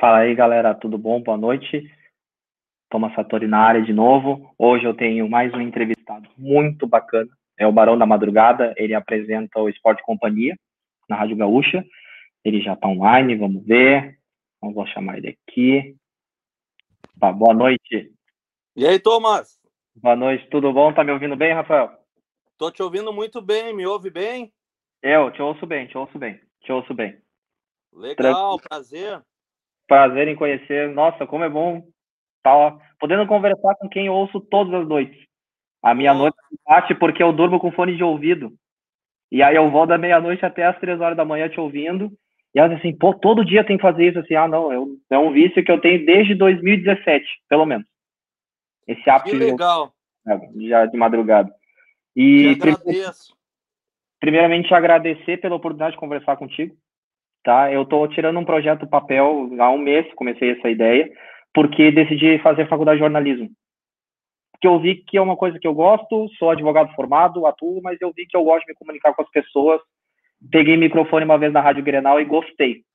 Fala aí, galera, tudo bom? Boa noite. Thomas Satori na área de novo. Hoje eu tenho mais um entrevistado muito bacana. É o Barão da Madrugada. Ele apresenta o Esporte Companhia na Rádio Gaúcha. Ele já está online, vamos ver. Vou chamar ele aqui. Tá, boa noite. E aí, Thomas? Boa noite, tudo bom? Tá me ouvindo bem, Rafael? Tô te ouvindo muito bem, me ouve bem? Eu te ouço bem, te ouço bem, te ouço bem. Legal, prazer. Prazer em conhecer. Nossa, como é bom estar podendo conversar com quem eu ouço todas as noites. A minha noite bate porque eu durmo com fone de ouvido. E aí eu vou da meia-noite até as 3 horas da manhã te ouvindo. E ela diz assim, pô, todo dia tem que fazer isso. Assim, não, é um vício que eu tenho desde 2017, pelo menos. Esse hábito Que legal. já de madrugada. Te E agradeço. primeiramente agradecer pela oportunidade de conversar contigo. Tá? Eu estou tirando um projeto do papel há um mês, comecei essa ideia, porque decidi fazer faculdade de jornalismo. Porque eu vi que é uma coisa que eu gosto, sou advogado formado, atuo, mas eu vi que eu gosto de me comunicar com as pessoas. Peguei microfone uma vez na Rádio Grenal e gostei.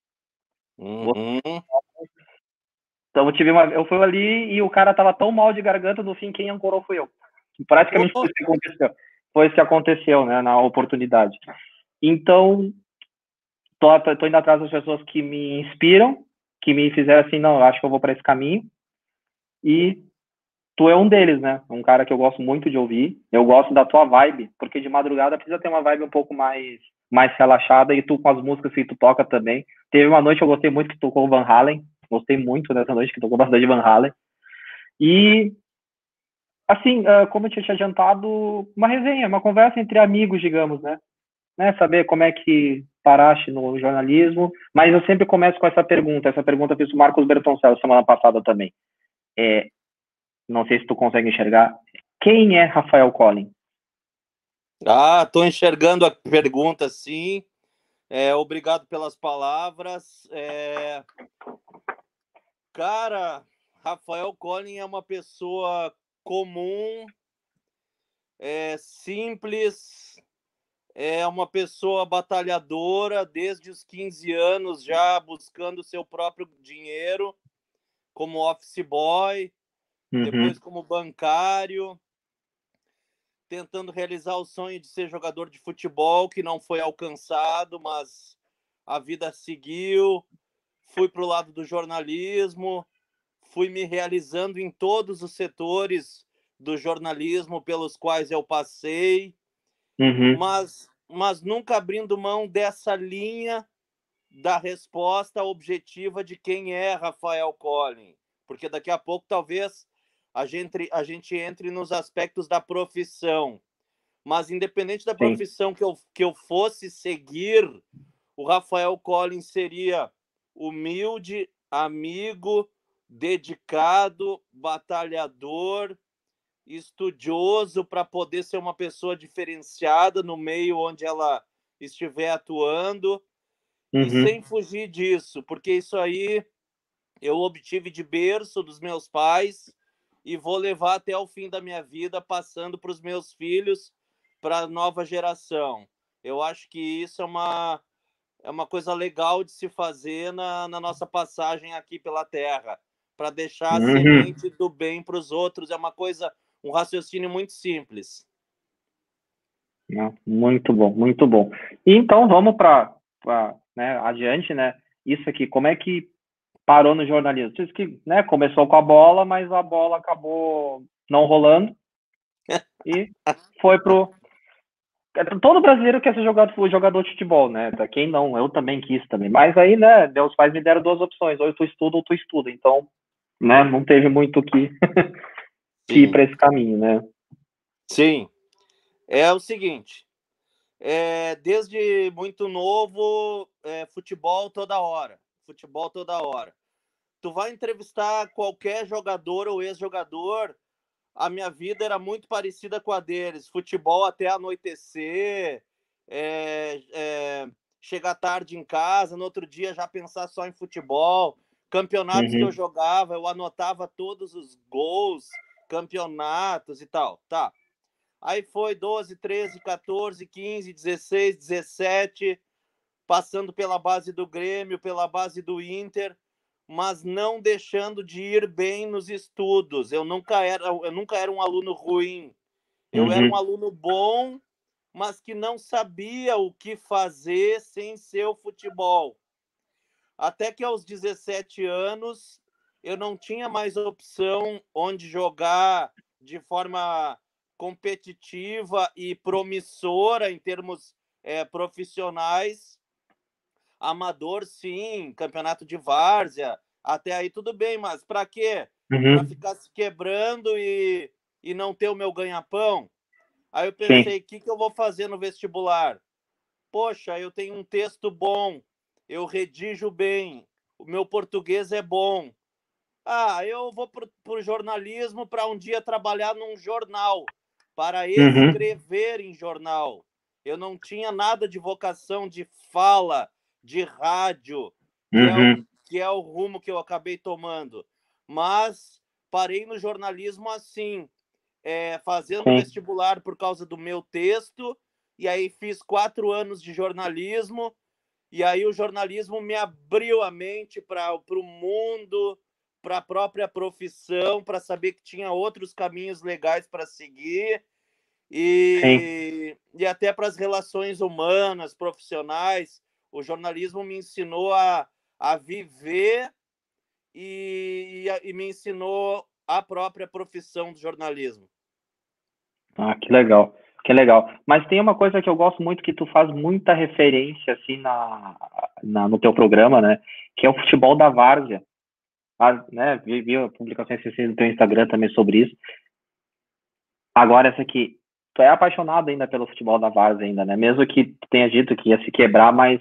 Uhum. Então eu fui ali e o cara tava tão mal de garganta, no fim quem ancorou fui eu. Praticamente foi isso que aconteceu. Foi isso que aconteceu, né, na oportunidade. Então, tô indo atrás das pessoas que me inspiram, que me fizeram assim, não, eu acho que eu vou para esse caminho. E tu é um deles, né? Um cara que eu gosto muito de ouvir. Eu gosto da tua vibe, porque de madrugada precisa ter uma vibe um pouco mais relaxada, e tu com as músicas que tu toca também. Teve uma noite que eu gostei muito que tocou Van Halen. Gostei muito dessa noite que tocou bastante Van Halen. E, assim, como eu tinha te adiantado, uma resenha, uma conversa entre amigos, digamos, né? Saber como é que paraste no jornalismo. Mas eu sempre começo com essa pergunta. Essa pergunta eu fiz o Marcos Bertoncello semana passada também. Não sei se tu consegue enxergar. Quem é Rafael Collin? Tô enxergando a pergunta, sim. Obrigado pelas palavras. Cara, Rafael Collin é uma pessoa comum, simples, é uma pessoa batalhadora desde os 15 anos, já buscando seu próprio dinheiro, como office boy, depois como bancário, tentando realizar o sonho de ser jogador de futebol, que não foi alcançado, mas a vida seguiu. Fui para o lado do jornalismo, fui me realizando em todos os setores do jornalismo pelos quais eu passei, mas nunca abrindo mão dessa linha da resposta objetiva de quem é Rafael Collin, porque daqui a pouco talvez a gente entre nos aspectos da profissão, mas independente da profissão que eu fosse seguir, o Rafael Collin seria humilde, amigo, dedicado, batalhador, estudioso para poder ser uma pessoa diferenciada no meio onde ela estiver atuando, e sem fugir disso, porque isso aí eu obtive de berço dos meus pais e vou levar até o fim da minha vida, passando para os meus filhos, para a nova geração. Eu acho que isso é uma coisa legal de se fazer na nossa passagem aqui pela Terra, para deixar a semente do bem para os outros. É uma coisa, um raciocínio muito simples. Muito bom, muito bom. E então vamos para né, adiante, né? Isso aqui, como é que parou no jornalismo? Diz que, né, começou com a bola, mas a bola acabou não rolando e foi pro. Todo brasileiro quer ser jogador de futebol, né? Quem não? Eu também quis também. Mas aí, né, meus pais me deram duas opções: ou tu estuda ou tu estuda. Então, né, não teve muito que ir para esse caminho, né? Sim. É o seguinte, desde muito novo, futebol toda hora. Futebol toda hora. Tu vai entrevistar qualquer jogador ou ex-jogador, a minha vida era muito parecida com a deles. Futebol até anoitecer, chegar tarde em casa, no outro dia já pensar só em futebol. Campeonatos que eu jogava, eu anotava todos os gols, campeonatos e tal. Tá. Aí foi 12, 13, 14, 15, 16, 17, passando pela base do Grêmio, pela base do Inter. mas não deixando de ir bem nos estudos. Eu nunca era um aluno ruim. Eu era um Uhum. aluno bom, mas que não sabia o que fazer sem ser o futebol. Até que aos 17 anos eu não tinha mais opção onde jogar de forma competitiva e promissora em termos profissionais. Amador, sim, campeonato de várzea, até aí tudo bem, mas para quê? Para Uhum. ficar se quebrando e não ter o meu ganha-pão? Aí eu Sim. pensei, o que eu vou fazer no vestibular? Poxa, eu tenho um texto bom, eu redijo bem, o meu português é bom. Ah, eu vou para o jornalismo para um dia trabalhar num jornal, para Uhum. escrever em jornal. Eu não tinha nada de vocação de fala, de rádio, Uhum. que é o rumo que eu acabei tomando. Mas parei no jornalismo assim, fazendo Sim. vestibular por causa do meu texto, e aí fiz 4 anos de jornalismo, e aí o jornalismo me abriu a mente para o mundo, para a própria profissão, para saber que tinha outros caminhos legais para seguir Sim. e até para as relações humanas, profissionais. O jornalismo me ensinou a viver e me ensinou a própria profissão do jornalismo. Ah, que legal. Que legal. Mas tem uma coisa que eu gosto muito que tu faz muita referência assim no teu programa, né? Que é o futebol da várzea. Ah, né? Vi a publicação recente no teu Instagram também sobre isso. Agora essa aqui, tu é apaixonado ainda pelo futebol da várzea ainda, né? Mesmo que tu tenha dito que ia se quebrar, mas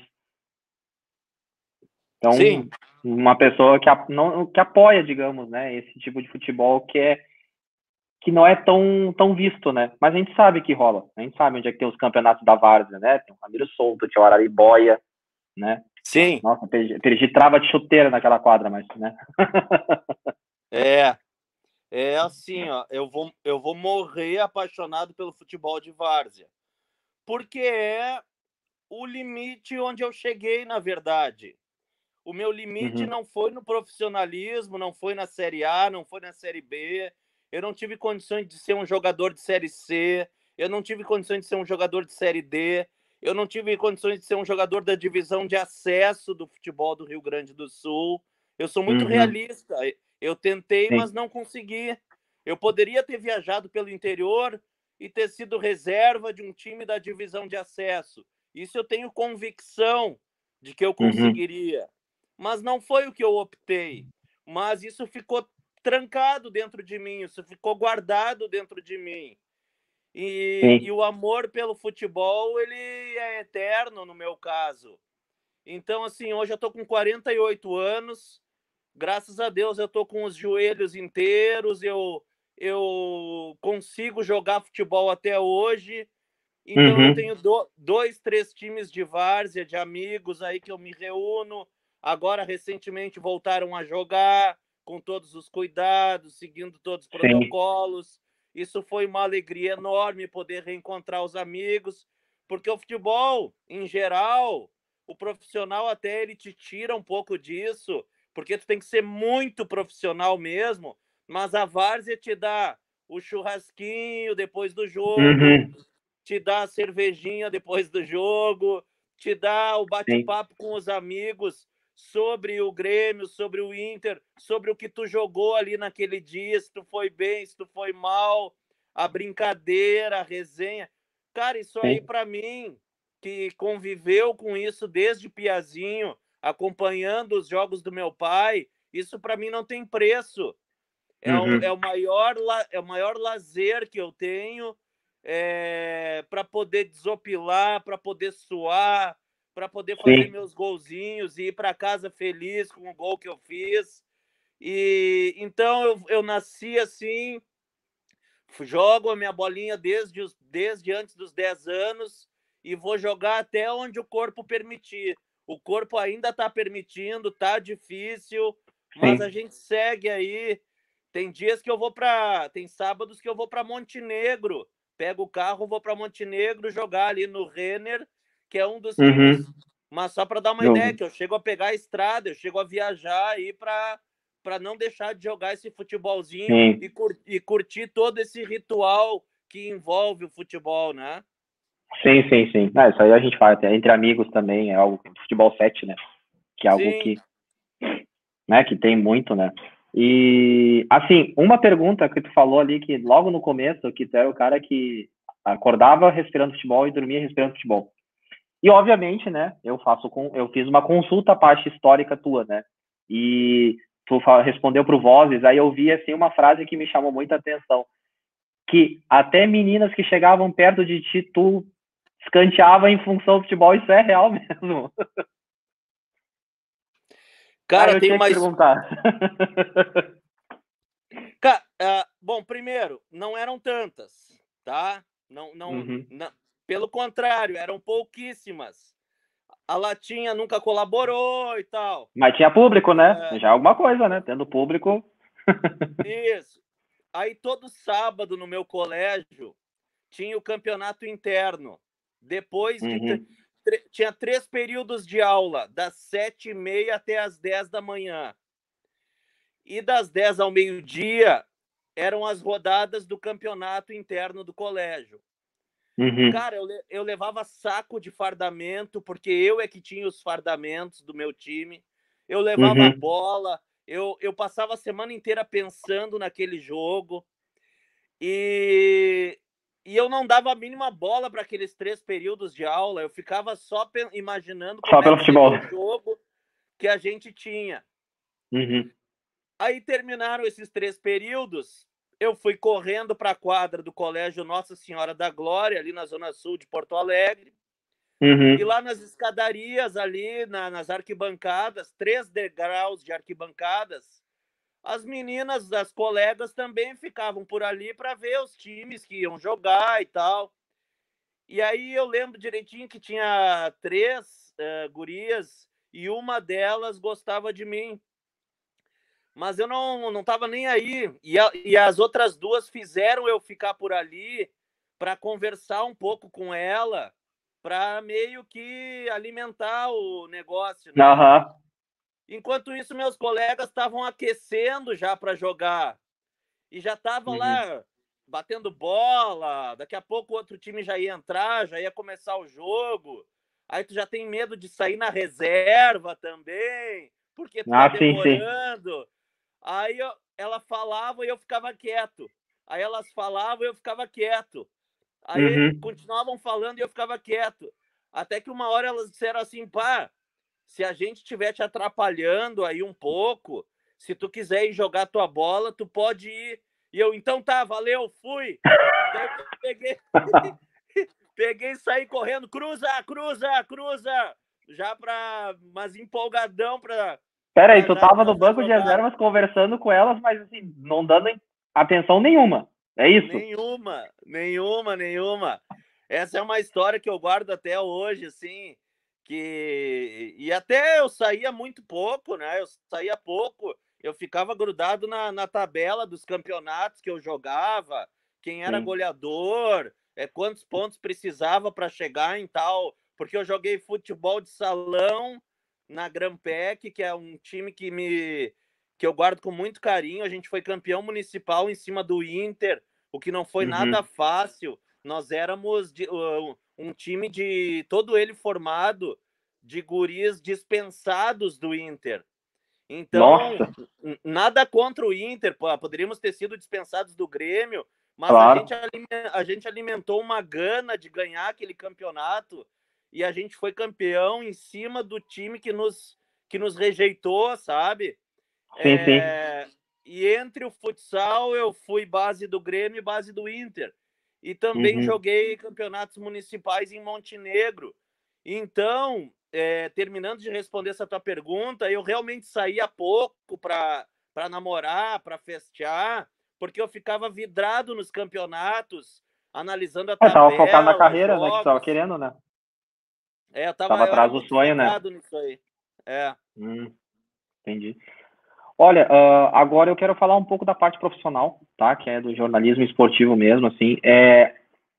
é Sim, uma pessoa não, que apoia, digamos, né? Esse tipo de futebol que não é tão visto, né? Mas a gente sabe que rola. A gente sabe onde é que tem os campeonatos da várzea, né? Tem o Ramiro Solto, tinha o Araribóia, né? sim, Nossa, perdi trava de chuteira naquela quadra, mas, né? é. É assim, ó, eu vou morrer apaixonado pelo futebol de várzea, porque é o limite onde eu cheguei, na verdade. O meu limite Uhum, não foi no profissionalismo, não foi na Série A, não foi na Série B. Eu não tive condições de ser um jogador de Série C, eu não tive condições de ser um jogador de Série D, eu não tive condições de ser um jogador da divisão de acesso do futebol do Rio Grande do Sul. Eu sou muito uhum, realista. Eu tentei, mas sim, não consegui. Eu poderia ter viajado pelo interior e ter sido reserva de um time da divisão de acesso. Isso eu tenho convicção de que eu uhum, conseguiria, mas não foi o que eu optei. Mas isso ficou trancado dentro de mim, isso ficou guardado dentro de mim. E sim, o amor pelo futebol, ele é eterno no meu caso. Então, assim, hoje eu tô com 48 anos, graças a Deus eu tô com os joelhos inteiros, eu consigo jogar futebol até hoje. Então eu uhum, tenho dois, três times de várzea, de amigos aí que eu me reúno. Agora, recentemente, voltaram a jogar com todos os cuidados, seguindo todos os sim, protocolos. Isso foi uma alegria enorme poder reencontrar os amigos, porque o futebol, em geral, o profissional até ele te tira um pouco disso, porque tu tem que ser muito profissional mesmo, mas a várzea te dá o churrasquinho depois do jogo, uhum, te dá a cervejinha depois do jogo, te dá o sim, bate-papo com os amigos sobre o Grêmio, sobre o Inter, sobre o que tu jogou ali naquele dia, se tu foi bem, se tu foi mal, a brincadeira, a resenha. Cara, isso aí sim, para mim, que conviveu com isso desde piazinho, acompanhando os jogos do meu pai, isso para mim não tem preço. uhum, É o maior lazer que eu tenho para poder desopilar, para poder suar, para poder fazer sim, meus golzinhos e ir para casa feliz com o gol que eu fiz. E então eu nasci assim, jogo a minha bolinha desde antes dos 10 anos e vou jogar até onde o corpo permitir. O corpo ainda está permitindo, tá difícil, mas a sim, gente segue aí. Tem dias que eu vou para, tem sábados que eu vou para Montenegro. Pego o carro, vou para Montenegro jogar ali no Renner, que é um dos times uhum, Mas só para dar uma Eu- ideia, que eu chego a pegar a estrada, eu chego a viajar aí para não deixar de jogar esse futebolzinho Sim, e curtir todo esse ritual que envolve o futebol, né? sim. Isso aí a gente faz, entre amigos também, é algo, futebol 7, né? Que é algo Sim. que, né, que tem muito, né? E, assim, uma pergunta que tu falou ali, que logo no começo, que tu era o cara que acordava respirando futebol e dormia respirando futebol. E, obviamente, né, eu fiz uma consulta à parte histórica tua, né? E tu respondeu pro Vozes, aí eu vi, assim, uma frase que me chamou muita atenção, que até meninas que chegavam perto de ti, tu escanteava em função do futebol, isso é real mesmo. Ah, Cara, eu tem tinha que uma. perguntar. Bom, primeiro, não eram tantas, tá? Uhum. Pelo contrário, eram pouquíssimas. A Latinha nunca colaborou e tal. Mas tinha público, né? Já é alguma coisa, né? Tendo público. Isso. Aí todo sábado no meu colégio tinha o campeonato interno. Depois de. Uhum. Tinha 3 períodos de aula, das 7h30 até as 10 da manhã. E das 10 ao meio-dia eram as rodadas do campeonato interno do colégio. Uhum. Cara, eu levava saco de fardamento, porque eu é que tinha os fardamentos do meu time. Eu levava Uhum. bola, eu passava a semana inteira pensando naquele jogo. E, e eu não dava a mínima bola para aqueles 3 períodos de aula. Eu ficava só imaginando Só como é pelo que seria futebol. o jogo que a gente tinha. Uhum. Aí terminaram esses 3 períodos. Eu fui correndo para a quadra do Colégio Nossa Senhora da Glória, ali na Zona Sul de Porto Alegre. E Uhum. lá nas escadarias, ali nas arquibancadas, 3 degraus de arquibancadas, as meninas, as colegas também ficavam por ali para ver os times que iam jogar e tal. E aí eu lembro direitinho que tinha 3 gurias e uma delas gostava de mim. Mas eu não tava nem aí. E as outras 2 fizeram eu ficar por ali para conversar um pouco com ela, para meio que alimentar o negócio, né? Aham. Enquanto isso, meus colegas estavam aquecendo já para jogar e já estavam Uhum. lá batendo bola. Daqui a pouco o outro time já ia entrar, já ia começar o jogo. Aí tu já tem medo de sair na reserva também, porque tu tá Ah, sim. demorando. Aí ela falava e eu ficava quieto. Aí elas falavam e eu ficava quieto. Aí Uhum. continuavam falando e eu ficava quieto. Até que uma hora elas disseram assim, pá, se a gente estiver te atrapalhando aí um pouco, se tu quiser ir jogar tua bola, tu pode ir. E eu, então tá, valeu, fui. Daí eu peguei, peguei e saí correndo, cruza, já mas empolgadão Pera aí, pra tu já tava no começar a banco de jogar. reservas conversando com elas, mas assim, não dando atenção nenhuma. É isso? Nenhuma. Essa é uma história que eu guardo até hoje, assim, e até eu saía muito pouco, né? Eu saía pouco, eu ficava grudado na tabela dos campeonatos que eu jogava, quem era Sim. goleador, quantos pontos precisava para chegar em tal, porque eu joguei futebol de salão na Grampec, que é um time que eu guardo com muito carinho. A gente foi campeão municipal em cima do Inter, o que não foi nada Uhum. fácil. Nós éramos um time de todo ele formado de guris dispensados do Inter. Então, Nossa, nada contra o Inter, poderíamos ter sido dispensados do Grêmio, mas claro. a gente alimentou uma gana de ganhar aquele campeonato e a gente foi campeão em cima do time que nos rejeitou, sabe? Sim. E entre o futsal, eu fui base do Grêmio e base do Inter. E também Uhum. joguei campeonatos municipais em Montenegro. Então, terminando de responder essa tua pergunta, eu realmente saía pouco para namorar, para festear, porque eu ficava vidrado nos campeonatos, analisando a Tava focado na tabela, carreira, né? Que tu tava jogos. querendo, né? Eu, Tava tava, eu era atrás do muito sonho, né? focado nisso aí. É. Entendi. Olha, agora eu quero falar um pouco da parte profissional, tá? Que é do jornalismo esportivo mesmo, assim.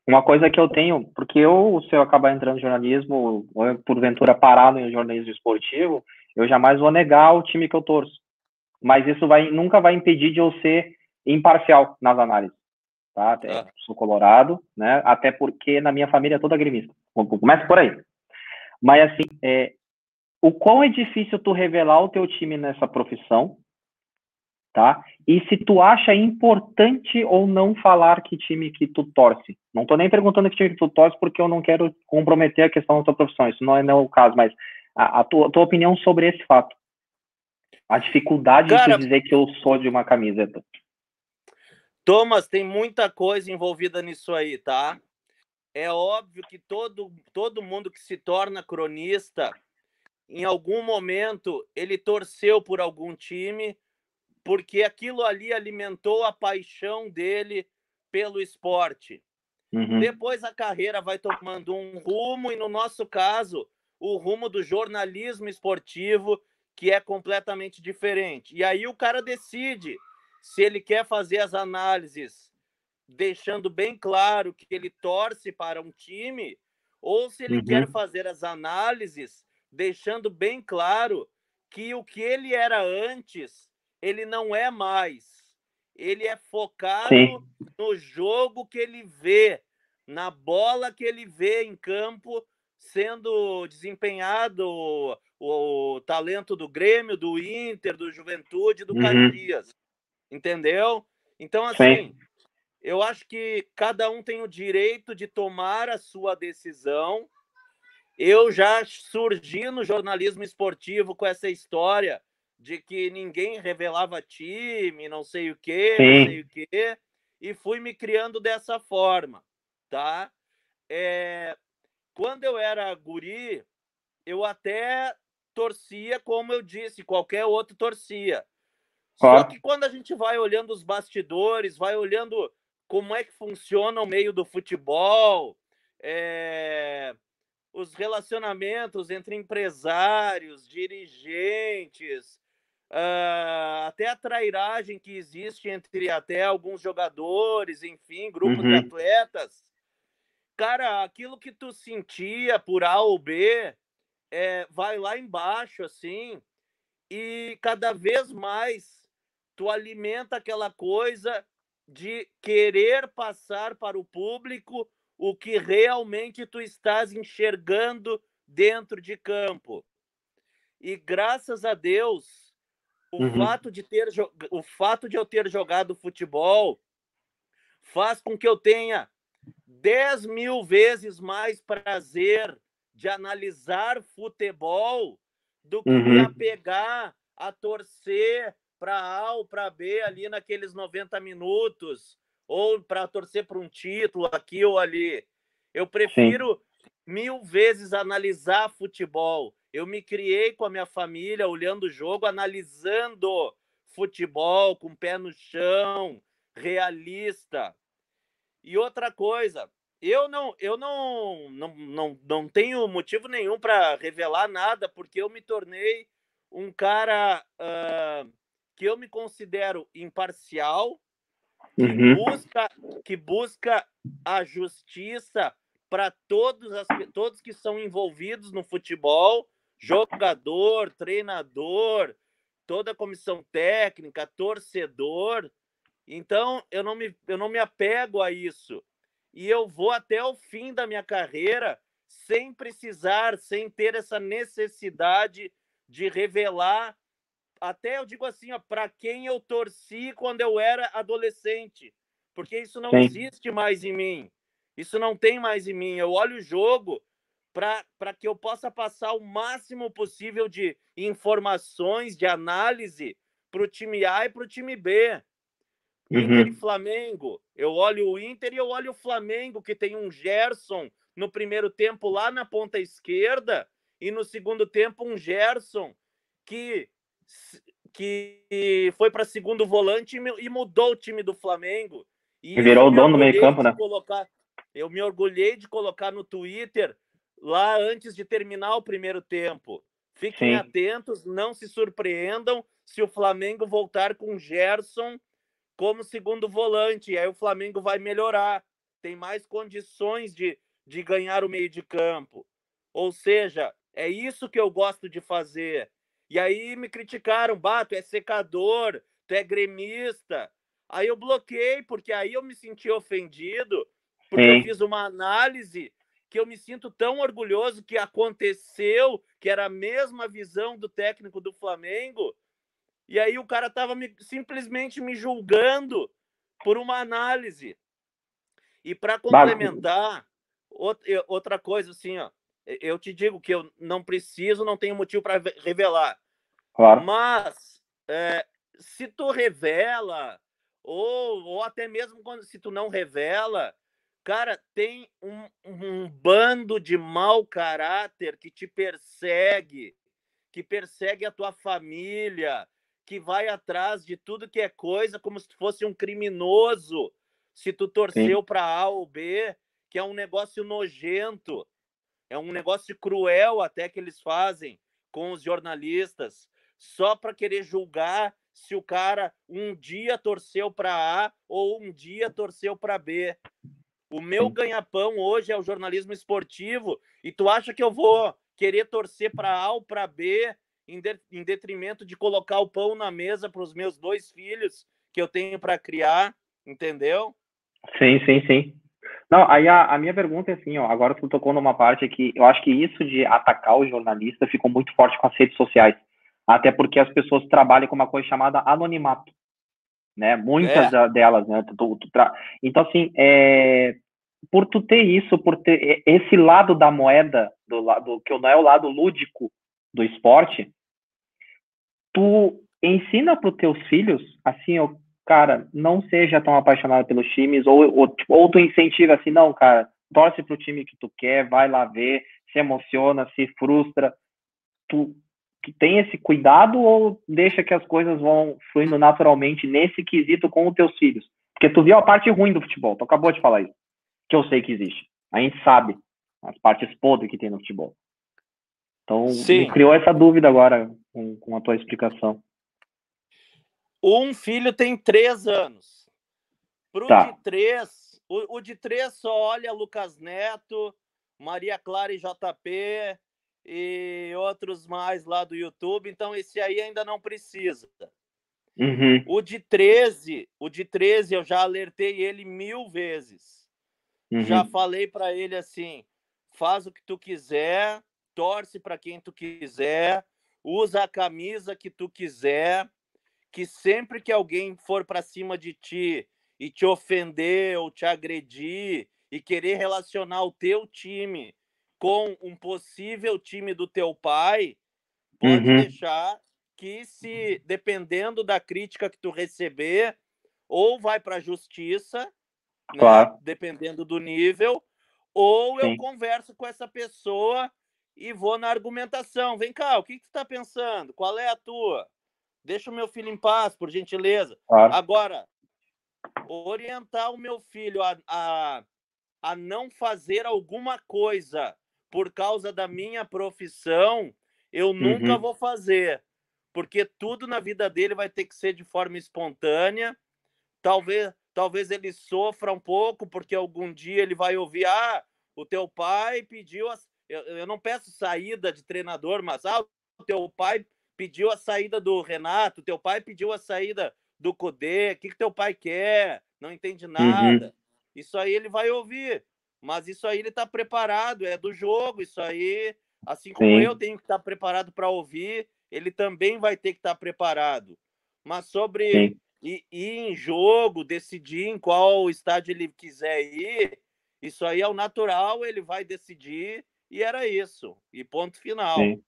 Uma coisa que eu tenho, porque eu, se eu acabar entrando em jornalismo, ou eu, porventura parado em jornalismo esportivo, eu jamais vou negar o time que eu torço. Mas isso nunca vai impedir de eu ser imparcial nas análises, tá? Ah. Sou colorado, né? Até porque na minha família é toda gremista. Começa por aí. Mas assim, o quão é difícil tu revelar o teu time nessa profissão, tá? E se tu acha importante ou não falar que time que tu torce. Não tô nem perguntando que time que tu torce, porque eu não quero comprometer a questão da tua profissão. Isso não é o caso, mas a tua opinião sobre esse fato. A dificuldade de tu Cara, dizer que eu sou de uma camiseta. Thomas, tem muita coisa envolvida nisso aí, tá? É óbvio que todo mundo que se torna cronista, em algum momento, ele torceu por algum time, porque aquilo ali alimentou a paixão dele pelo esporte. Uhum. Depois a carreira vai tomando um rumo, e no nosso caso, o rumo do jornalismo esportivo, que é completamente diferente. E aí o cara decide se ele quer fazer as análises deixando bem claro que ele torce para um time, ou se ele quer Uhum. fazer as análises deixando bem claro que o que ele era antes, ele não é mais. Ele é focado Sim. no jogo que ele vê, na bola que ele vê em campo sendo desempenhado o talento do Grêmio, do Inter, do Juventude, do Uhum. Caxias. Entendeu? Então, assim, Sim. eu acho que cada um tem o direito de tomar a sua decisão. Eu já surgi no jornalismo esportivo com essa história de que ninguém revelava time, não sei o quê, não sei Sim. o quê, e fui me criando dessa forma, tá? Quando eu era guri, eu até torcia, como eu disse, qualquer outro torcia. Só Claro. que quando a gente vai olhando os bastidores, vai olhando como é que funciona o meio do futebol, os relacionamentos entre empresários, dirigentes, até a trairagem que existe entre até alguns jogadores, enfim, grupos de Uhum. atletas. Cara, aquilo que tu sentia por A ou B, vai lá embaixo, assim, e cada vez mais tu alimenta aquela coisa de querer passar para o público o que realmente tu estás enxergando dentro de campo. E graças a Deus, Uhum. o fato de eu ter jogado futebol faz com que eu tenha 10.000 vezes mais prazer de analisar futebol do que me Uhum. apegar a torcer para A ou para B ali naqueles 90 minutos, ou para torcer para um título aqui ou ali. Eu Sim. prefiro 1.000 vezes analisar futebol. Eu me criei com a minha família olhando o jogo, analisando futebol com o pé no chão, realista. E outra coisa, eu não tenho motivo nenhum para revelar nada, porque eu me tornei um cara que eu me considero imparcial, que Uhum. busca, que busca a justiça para todos que são envolvidos no futebol, jogador, treinador, toda a comissão técnica, torcedor. Então, eu não me apego a isso. E eu vou até o fim da minha carreira sem precisar, sem ter essa necessidade de revelar, até eu digo assim, para quem eu torci quando eu era adolescente, porque isso não Sim. existe mais em mim. Isso não tem mais em mim. Eu olho o jogo para que eu possa passar o máximo possível de informações, de análise para o time A e para o time B. Inter e Uhum. Flamengo. Eu olho o Inter e eu olho o Flamengo, que tem um Gerson no primeiro tempo lá na ponta esquerda e no segundo tempo um Gerson que, que foi para segundo volante e mudou o time do Flamengo. E E isso virou o dono do meio campo, né? eu me orgulhei de colocar no Twitter lá antes de terminar o primeiro tempo. Fiquem Sim. atentos, não se surpreendam se o Flamengo voltar com Gerson como segundo volante, e aí o Flamengo vai melhorar. tem mais condições de ganhar o meio de campo. Ou seja, é isso que eu gosto de fazer. E aí me criticaram, tu é secador, tu é gremista. Aí eu bloqueei, porque aí eu me senti ofendido, porque eu fiz uma análise que eu me sinto tão orgulhoso que aconteceu, que era a mesma visão do técnico do Flamengo, e aí o cara estava simplesmente me julgando por uma análise. E para complementar, outra coisa assim, ó, eu te digo que eu não preciso, não tenho motivo para revelar. Claro. Mas se tu revela, ou até mesmo se tu não revela, cara, tem um bando de mau caráter que te persegue, que persegue a tua família, que vai atrás de tudo que é coisa como se tu fosse um criminoso, se tu torceu para A ou B, que é um negócio nojento, é um negócio cruel até que eles fazem com os jornalistas, só para querer julgar se o cara um dia torceu para A ou um dia torceu para B. O meu ganha-pão hoje é o jornalismo esportivo, e tu acha que eu vou querer torcer para A ou para B em detrimento de colocar o pão na mesa para os meus 2 filhos que eu tenho para criar, entendeu? Sim. Não, aí a minha pergunta é assim, ó, agora tu tocou numa parte que eu acho que isso de atacar o jornalista ficou muito forte com as redes sociais, até porque as pessoas trabalham com uma coisa chamada anonimato, né? Muitas delas, né? Então, assim, por tu ter isso, por ter esse lado da moeda, do lado que não é o lado lúdico do esporte, tu ensina para os teus filhos, assim, ó, cara, não seja tão apaixonado pelos times, ou tu incentiva assim, não, cara, torce pro time que tu quer, vai lá ver, se emociona, se frustra. Tu tem esse cuidado ou deixa que as coisas vão fluindo naturalmente nesse quesito com os teus filhos? Porque tu viu a parte ruim do futebol, tu acabou de falar isso, que eu sei que existe. A gente sabe as partes podres que tem no futebol. Então, me criou essa dúvida agora com a tua explicação. Um filho tem 3 anos. De 3, o de 3 só olha Lucas Neto, Maria Clara e JP e outros mais lá do YouTube, então esse aí ainda não precisa. Uhum. O de 13 eu já alertei ele 1000 vezes. Já falei para ele assim, faz o que tu quiser, torce para quem tu quiser, usa a camisa que tu quiser, que sempre que alguém for para cima de ti e te ofender ou te agredir e querer relacionar o teu time com um possível time do teu pai, pode deixar que, se dependendo da crítica que tu receber, ou vai para a justiça, Claro. né, dependendo do nível, ou eu converso com essa pessoa e vou na argumentação. Vem cá, o que tu está pensando? Qual é a tua? Deixa o meu filho em paz, por gentileza. Claro. Agora, orientar o meu filho a não fazer alguma coisa por causa da minha profissão, eu nunca vou fazer. Porque tudo na vida dele vai ter que ser de forma espontânea. Talvez ele sofra um pouco, porque algum dia ele vai ouvir, o teu pai pediu... Eu não peço saída de treinador, mas o teu pai pediu a saída do Renato, teu pai pediu a saída do Cudê, o que teu pai quer? Não entende nada. Isso aí ele vai ouvir, mas isso aí ele está preparado, é do jogo, isso aí, assim como eu tenho que estar preparado para ouvir, ele também vai ter que estar preparado. Mas sobre ir em jogo, decidir em qual estádio ele quiser ir, isso aí é o natural, ele vai decidir, e era isso, e ponto final. Sim.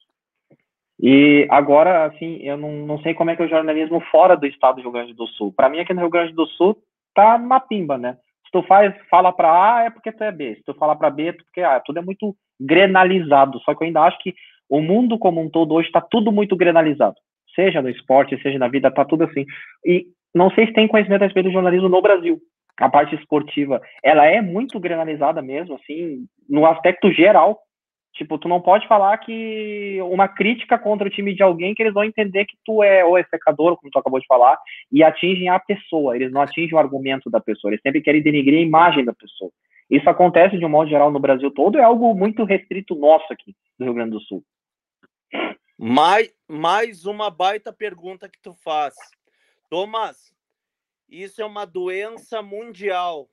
E agora, assim, eu não sei como é que é o jornalismo fora do estado do Rio Grande do Sul. Para mim, aqui no Rio Grande do Sul, tá uma pimba, né? Se tu fala para A, é porque tu é B. Se tu fala para B, é porque A. Tudo é muito grenalizado. Só que eu ainda acho que o mundo como um todo hoje está tudo muito grenalizado. Seja no esporte, seja na vida, tá tudo assim. E não sei se tem conhecimento a respeito do jornalismo no Brasil. A parte esportiva, ela é muito grenalizada mesmo, assim, no aspecto geral. Tipo, tu não pode falar que uma crítica contra o time de alguém que eles vão entender que tu é ou é secador, como tu acabou de falar, e atingem a pessoa. Eles não atingem o argumento da pessoa. Eles sempre querem denegrir a imagem da pessoa. Isso acontece de um modo geral no Brasil todo. É algo muito restrito nosso aqui do Rio Grande do Sul. Mais uma baita pergunta que tu faz. Thomas, isso é uma doença mundial.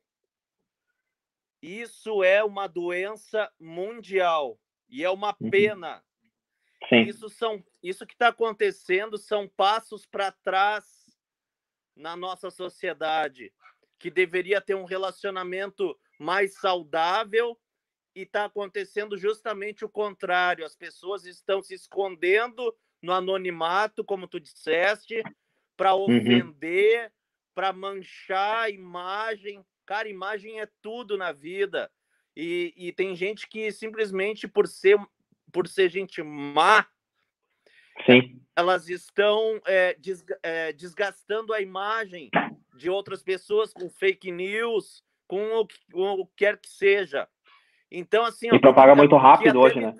Isso é uma doença mundial. E é uma pena. Sim. Isso que está acontecendo são passos para trás na nossa sociedade, que deveria ter um relacionamento mais saudável, e está acontecendo justamente o contrário. As pessoas estão se escondendo no anonimato, como tu disseste, para ofender, para manchar a imagem. Cara, imagem é tudo na vida. E tem gente que simplesmente por ser gente má, Sim. elas estão desgastando a imagem de outras pessoas com fake news, com o que quer que seja. Então, assim, E propaga muito rápido hoje, né?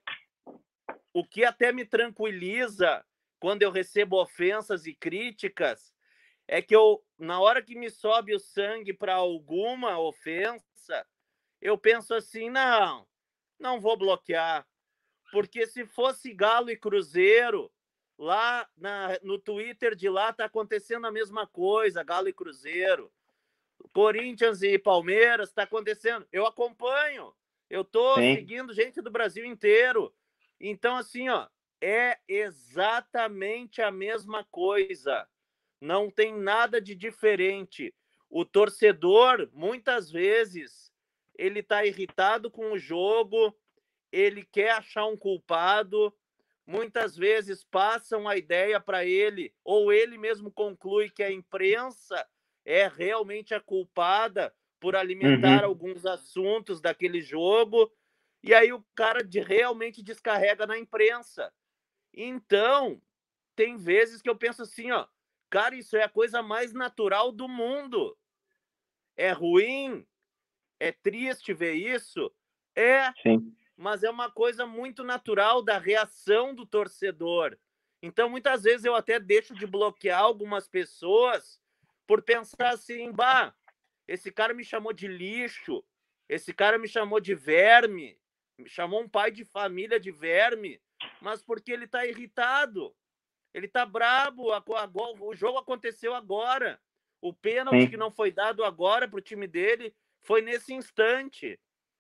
O que até me tranquiliza quando eu recebo ofensas e críticas é que na hora que me sobe o sangue para alguma ofensa, eu penso assim, não vou bloquear. Porque se fosse Galo e Cruzeiro, lá no Twitter de lá tá acontecendo a mesma coisa, Galo e Cruzeiro. Corinthians e Palmeiras está acontecendo. Eu acompanho. Eu tô seguindo gente do Brasil inteiro. Então, assim, ó, é exatamente a mesma coisa. Não tem nada de diferente. O torcedor, muitas vezes, ele tá irritado com o jogo, ele quer achar um culpado, muitas vezes passam a ideia para ele, ou ele mesmo conclui que a imprensa é realmente a culpada por alimentar alguns assuntos daquele jogo, e aí o cara realmente descarrega na imprensa. Então, tem vezes que eu penso assim, ó, cara, isso é a coisa mais natural do mundo. É ruim, é triste ver isso, Sim. mas é uma coisa muito natural da reação do torcedor. Então, muitas vezes eu até deixo de bloquear algumas pessoas por pensar assim, bah, esse cara me chamou de lixo, esse cara me chamou de verme, me chamou um pai de família de verme, mas porque ele tá irritado, ele tá brabo, o jogo aconteceu agora, o pênalti que não foi dado agora pro time dele foi nesse instante.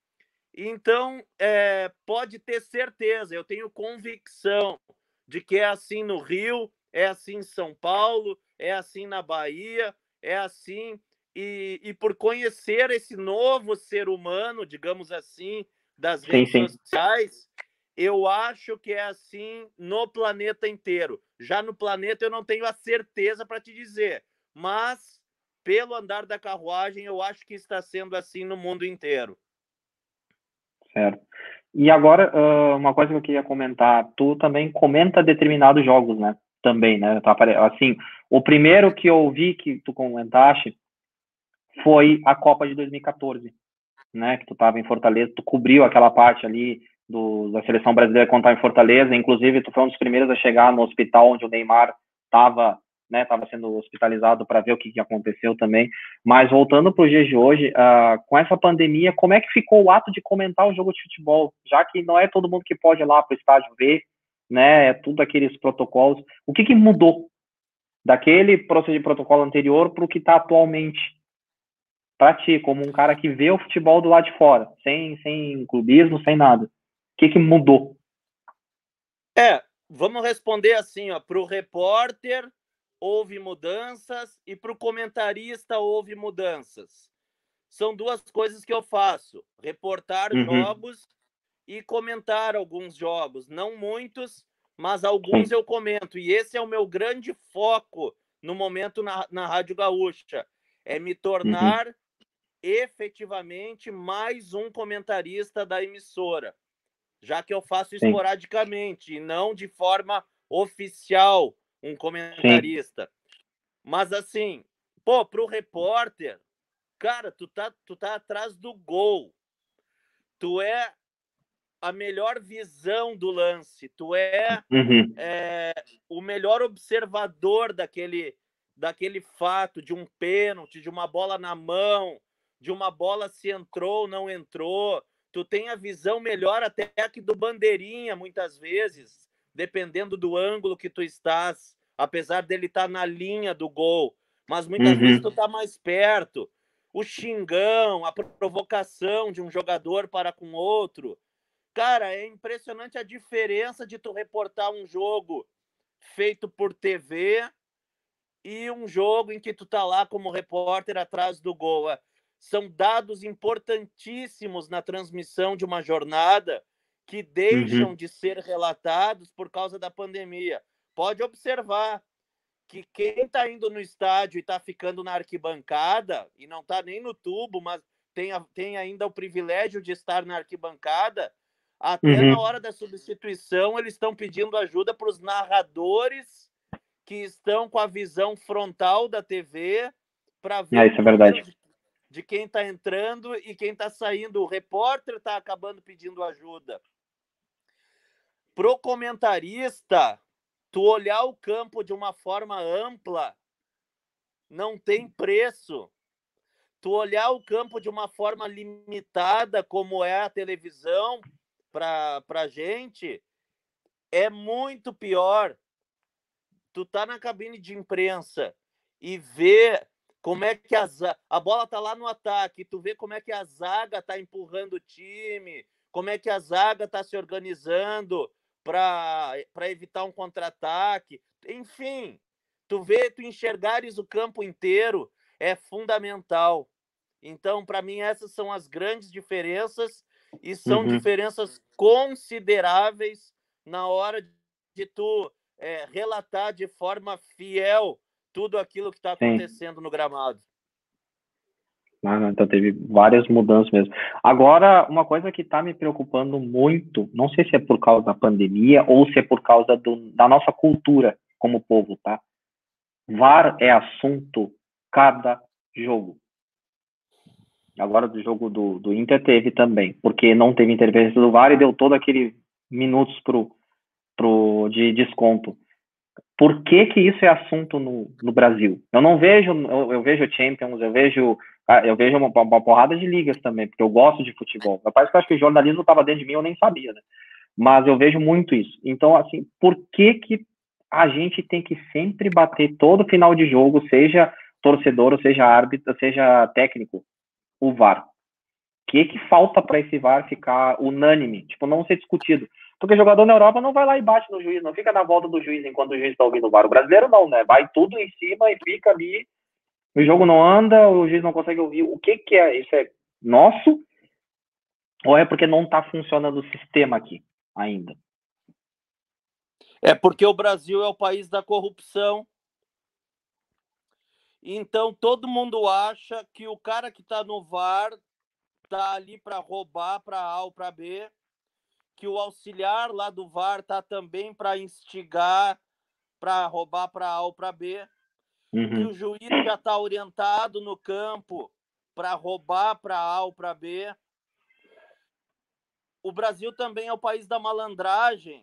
Então, pode ter certeza, eu tenho convicção de que é assim no Rio, é assim em São Paulo, é assim na Bahia, é assim. E por conhecer esse novo ser humano, digamos assim, das redes sociais, eu acho que é assim no planeta inteiro. Já no planeta eu não tenho a certeza para te dizer, mas pelo andar da carruagem eu acho que está sendo assim no mundo inteiro. Certo. E agora, uma coisa que eu queria comentar, tu também comenta determinados jogos, né? Também, né? Assim, o primeiro que eu vi que tu comentaste foi a Copa de 2014, né? Que tu estava em Fortaleza, tu cobriu aquela parte ali da seleção brasileira quando estava em Fortaleza, inclusive tu foi um dos primeiros a chegar no hospital onde o Neymar estava, né? Estava sendo hospitalizado para ver o que aconteceu também. Mas voltando para os dias de hoje, com essa pandemia, como é que ficou o ato de comentar o jogo de futebol? Já que não é todo mundo que pode ir lá para o estádio ver, né? É tudo aqueles protocolos. O que mudou daquele protocolo anterior para o que está atualmente? Para ti, como um cara que vê o futebol do lado de fora, sem clubismo, sem nada. O que mudou? Vamos responder assim, ó, para o repórter houve mudanças e para o comentarista houve mudanças. São duas coisas que eu faço: reportar jogos e comentar alguns jogos. Não muitos, mas alguns eu comento. E esse é o meu grande foco no momento na Rádio Gaúcha. É me tornar efetivamente mais um comentarista da emissora, já que eu faço esporadicamente e não de forma oficial um comentarista. Mas assim, pro repórter, cara, tu tá atrás do gol. Tu é a melhor visão do lance, tu é, Uhum. O melhor observador daquele fato, de um pênalti, de uma bola na mão, de uma bola se entrou ou não entrou. Tu tem a visão melhor até que do bandeirinha, muitas vezes, dependendo do ângulo que tu estás, apesar dele estar na linha do gol. Mas muitas vezes tu tá mais perto. O xingão, a provocação de um jogador para com outro. Cara, é impressionante a diferença de tu reportar um jogo feito por TV e um jogo em que tu tá lá como repórter atrás do gol. São dados importantíssimos na transmissão de uma jornada que deixam Uhum. de ser relatados por causa da pandemia. Pode observar que quem está indo no estádio e está ficando na arquibancada, e não está nem no tubo, mas tem ainda o privilégio de estar na arquibancada, até na Uhum. hora da substituição, eles estão pedindo ajuda para os narradores que estão com a visão frontal da TV para ver o Isso é verdade. número de quem está entrando e quem está saindo. O repórter está acabando pedindo ajuda. Pro comentarista, tu olhar o campo de uma forma ampla não tem preço. Tu olhar o campo de uma forma limitada, como é a televisão, para gente, é muito pior. Tu tá na cabine de imprensa e vê como é que a bola tá lá no ataque, tu vê como é que a zaga tá empurrando o time, como é que a zaga tá se organizando para evitar um contra-ataque. Enfim, tu enxergares o campo inteiro é fundamental. Então, para mim, essas são as grandes diferenças e são Uhum. diferenças consideráveis na hora de tu relatar de forma fiel tudo aquilo que está Sim. acontecendo no gramado. Então teve várias mudanças mesmo. Agora, uma coisa que está me preocupando muito, não sei se é por causa da pandemia ou se é por causa da nossa cultura como povo, tá? VAR é assunto cada jogo. Agora do jogo do Inter teve também, porque não teve interferência do VAR e deu todo aquele minutos de desconto. Por que que isso é assunto no Brasil? Eu não vejo, eu vejo Champions, eu vejo uma porrada de ligas também, porque eu gosto de futebol. Meu pai, que eu acho que o jornalismo estava dentro de mim, eu nem sabia, né? Mas eu vejo muito isso. Então, assim, por que que a gente tem que sempre bater todo final de jogo, seja torcedor, ou seja árbitro, seja técnico, o VAR? O que falta para esse VAR ficar unânime, tipo, não ser discutido? Porque jogador na Europa não vai lá e bate no juiz, não fica na volta do juiz enquanto o juiz está ouvindo o VAR. O brasileiro não, né? Vai tudo em cima e fica ali, o jogo não anda, o juiz não consegue ouvir. O que é? Isso é nosso ou é porque não está funcionando o sistema aqui ainda? É porque o Brasil é o país da corrupção. Então todo mundo acha que o cara que está no VAR está ali para roubar para A ou para B, que o auxiliar lá do VAR está também para instigar, para roubar para A ou para B, que o juiz já está orientado no campo para roubar para A ou para B. O Brasil também é o país da malandragem.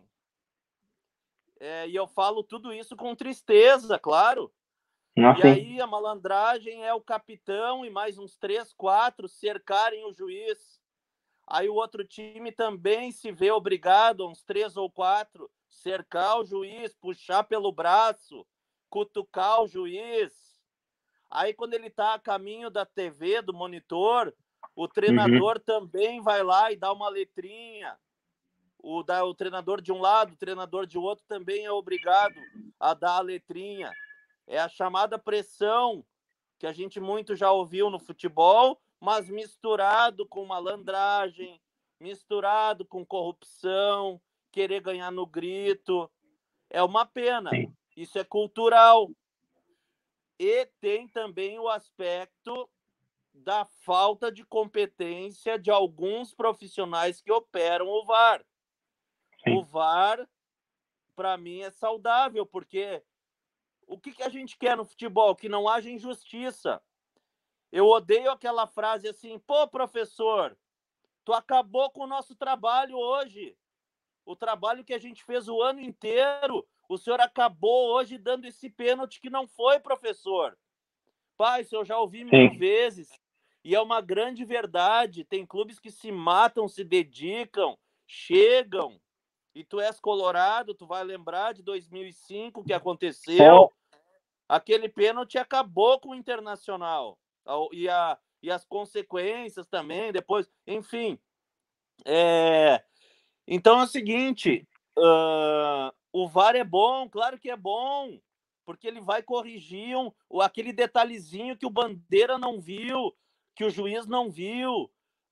E eu falo tudo isso com tristeza, claro. E Assim. aí a malandragem é o capitão e mais uns 3, 4 cercarem o juiz. Aí o outro time também se vê obrigado, uns 3 ou 4, cercar o juiz, puxar pelo braço, cutucar o juiz. Aí quando ele está a caminho da TV, do monitor, o treinador também vai lá e dá uma letrinha. O treinador de um lado, o treinador de outro também é obrigado a dar a letrinha. É a chamada pressão, que a gente muito já ouviu no futebol, mas misturado com malandragem, misturado com corrupção, querer ganhar no grito. É uma pena. Sim. Isso é cultural. E tem também o aspecto da falta de competência de alguns profissionais que operam o VAR. O Sim. VAR, para mim, é saudável, porque o que a gente quer no futebol? Que não haja injustiça. Eu odeio aquela frase assim, pô, professor, Tu acabou com o nosso trabalho hoje. O trabalho que a gente fez o ano inteiro, o senhor acabou hoje dando esse pênalti que não foi, professor. Pai, isso eu já ouvi 1000 vezes. E é uma grande verdade. Tem clubes que se matam, se dedicam, chegam. E tu és colorado, tu vai lembrar de 2005 que aconteceu. Aquele pênalti acabou com o Internacional. E as consequências também, depois, enfim. Então é o seguinte, o VAR é bom, claro que é bom, porque ele vai corrigir aquele detalhezinho que o Bandeira não viu, que o juiz não viu,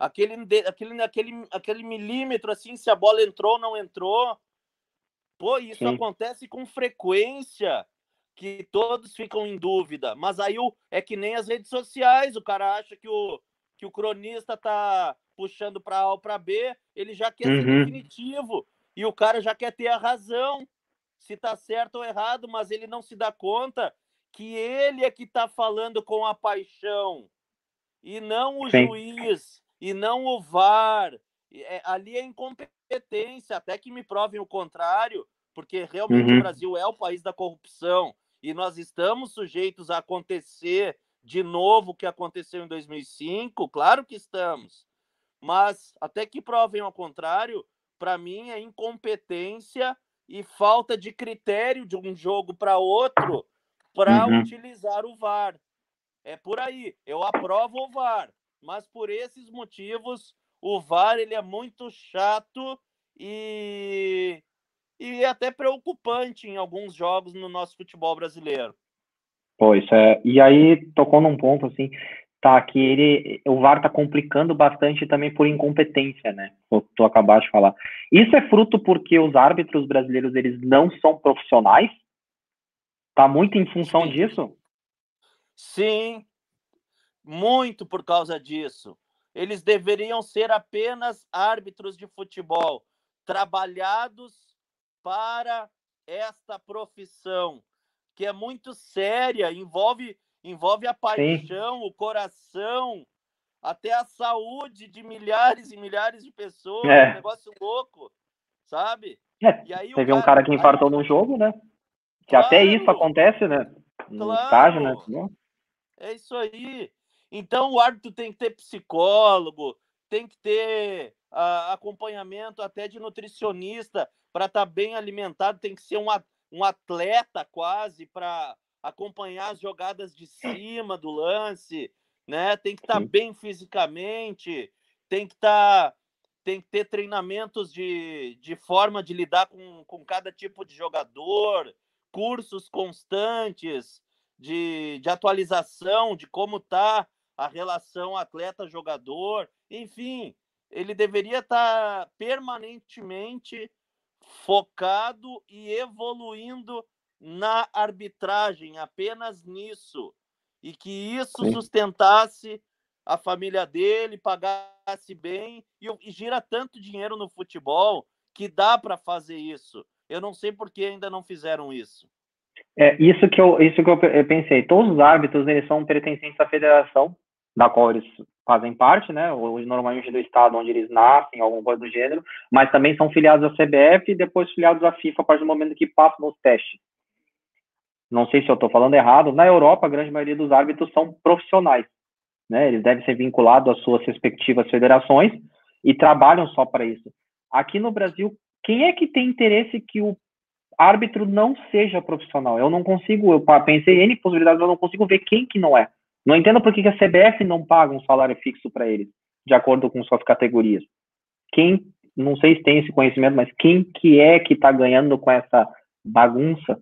aquele milímetro assim, se a bola entrou ou não entrou. Pô, isso Sim. acontece com frequência, que todos ficam em dúvida. Mas aí é que nem as redes sociais, o cara acha que o cronista tá puxando para A ou para B, ele já quer ser definitivo. E o cara já quer ter a razão, se tá certo ou errado, mas ele não se dá conta que ele é que tá falando com a paixão, e não o juiz, e não o VAR. Ali é incompetência, até que me provem o contrário, porque realmente o Brasil é o país da corrupção e nós estamos sujeitos a acontecer de novo o que aconteceu em 2005, claro que estamos, mas até que provem o contrário, para mim é incompetência e falta de critério de um jogo para outro para utilizar o VAR. É por aí. Eu aprovo o VAR, mas por esses motivos o VAR ele é muito chato e até preocupante em alguns jogos no nosso futebol brasileiro. Pois é. E aí tocou num ponto assim, tá, que o VAR tá complicando bastante também por incompetência, né? Tu acabaste de falar. Isso é fruto porque os árbitros brasileiros eles não são profissionais? Tá muito em função disso? Sim, muito por causa disso. Eles deveriam ser apenas árbitros de futebol, trabalhados para esta profissão, que é muito séria, envolve a paixão, o coração, até a saúde de milhares e milhares de pessoas, um negócio louco, sabe? É, E aí teve um cara que infartou num jogo, né? Que até isso claro, acontece, né? No estágio, né? claro. É isso aí. Então o árbitro tem que ter psicólogo, tem que ter acompanhamento até de nutricionista para estar bem alimentado, tem que ser um atleta quase para acompanhar as jogadas de cima do lance, né? Tem que estar bem fisicamente, tem que ter treinamentos de forma de lidar com cada tipo de jogador, cursos constantes de atualização de como está a relação atleta-jogador, enfim, ele deveria estar permanentemente focado e evoluindo na arbitragem, apenas nisso, e que isso sustentasse a família dele, pagasse bem, e gira tanto dinheiro no futebol que dá para fazer isso. Eu não sei por que ainda não fizeram isso. Isso que eu pensei. Todos os árbitros, eles são pertencentes à federação, da qual eles fazem parte, né? Ou normalmente do estado onde eles nascem, alguma coisa do gênero, mas também são filiados à CBF e depois filiados à FIFA a partir do momento que passam nos testes. Não sei se eu estou falando errado. Na Europa, a grande maioria dos árbitros são profissionais, né? Eles devem ser vinculados às suas respectivas federações e trabalham só para isso. Aqui no Brasil, quem é que tem interesse que o árbitro não seja profissional? Eu não consigo, eu pensei em N possibilidades, eu não consigo ver quem que não é. Não entendo por que a CBF não paga um salário fixo para eles, de acordo com suas categorias. Quem, não sei se tem esse conhecimento, mas quem que é que está ganhando com essa bagunça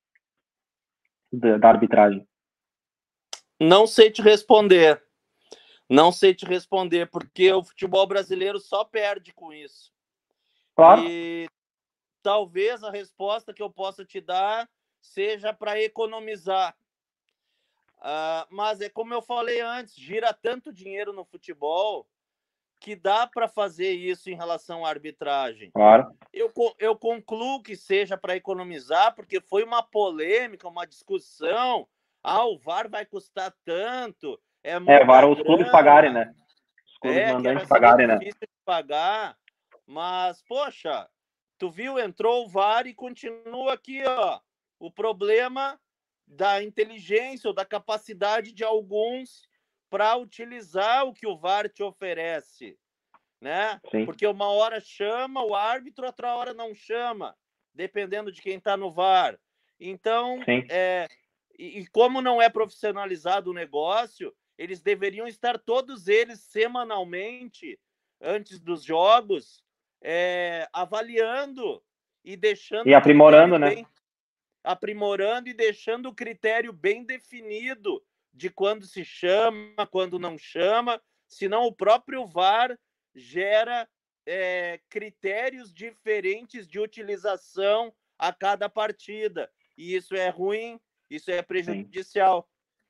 da arbitragem? Não sei te responder. Não sei te responder, porque o futebol brasileiro só perde com isso. Claro. E talvez a resposta que eu possa te dar seja para economizar. Mas é como eu falei antes, gira tanto dinheiro no futebol que dá para fazer isso em relação à arbitragem. Claro. Eu concluo que seja para economizar, porque foi uma polêmica, uma discussão. O VAR vai custar tanto, é muita VAR, os clubes pagarem, grana. né? Os clubes Que mandantes seria pagarem, né? difícil pagar, mas, poxa, tu viu, entrou o VAR e continua aqui, ó, o problema da inteligência ou da capacidade de alguns para utilizar o que o VAR te oferece, né? Sim. Porque uma hora chama o árbitro, outra hora não chama, dependendo de quem está no VAR. Então, Sim. E como não é profissionalizado o negócio, eles deveriam estar todos eles semanalmente, antes dos jogos, avaliando e deixando E o critério aprimorando, né? bem aprimorando e deixando o critério bem definido de quando se chama, quando não chama, senão o próprio VAR gera critérios diferentes de utilização a cada partida. E isso é ruim, isso é prejudicial.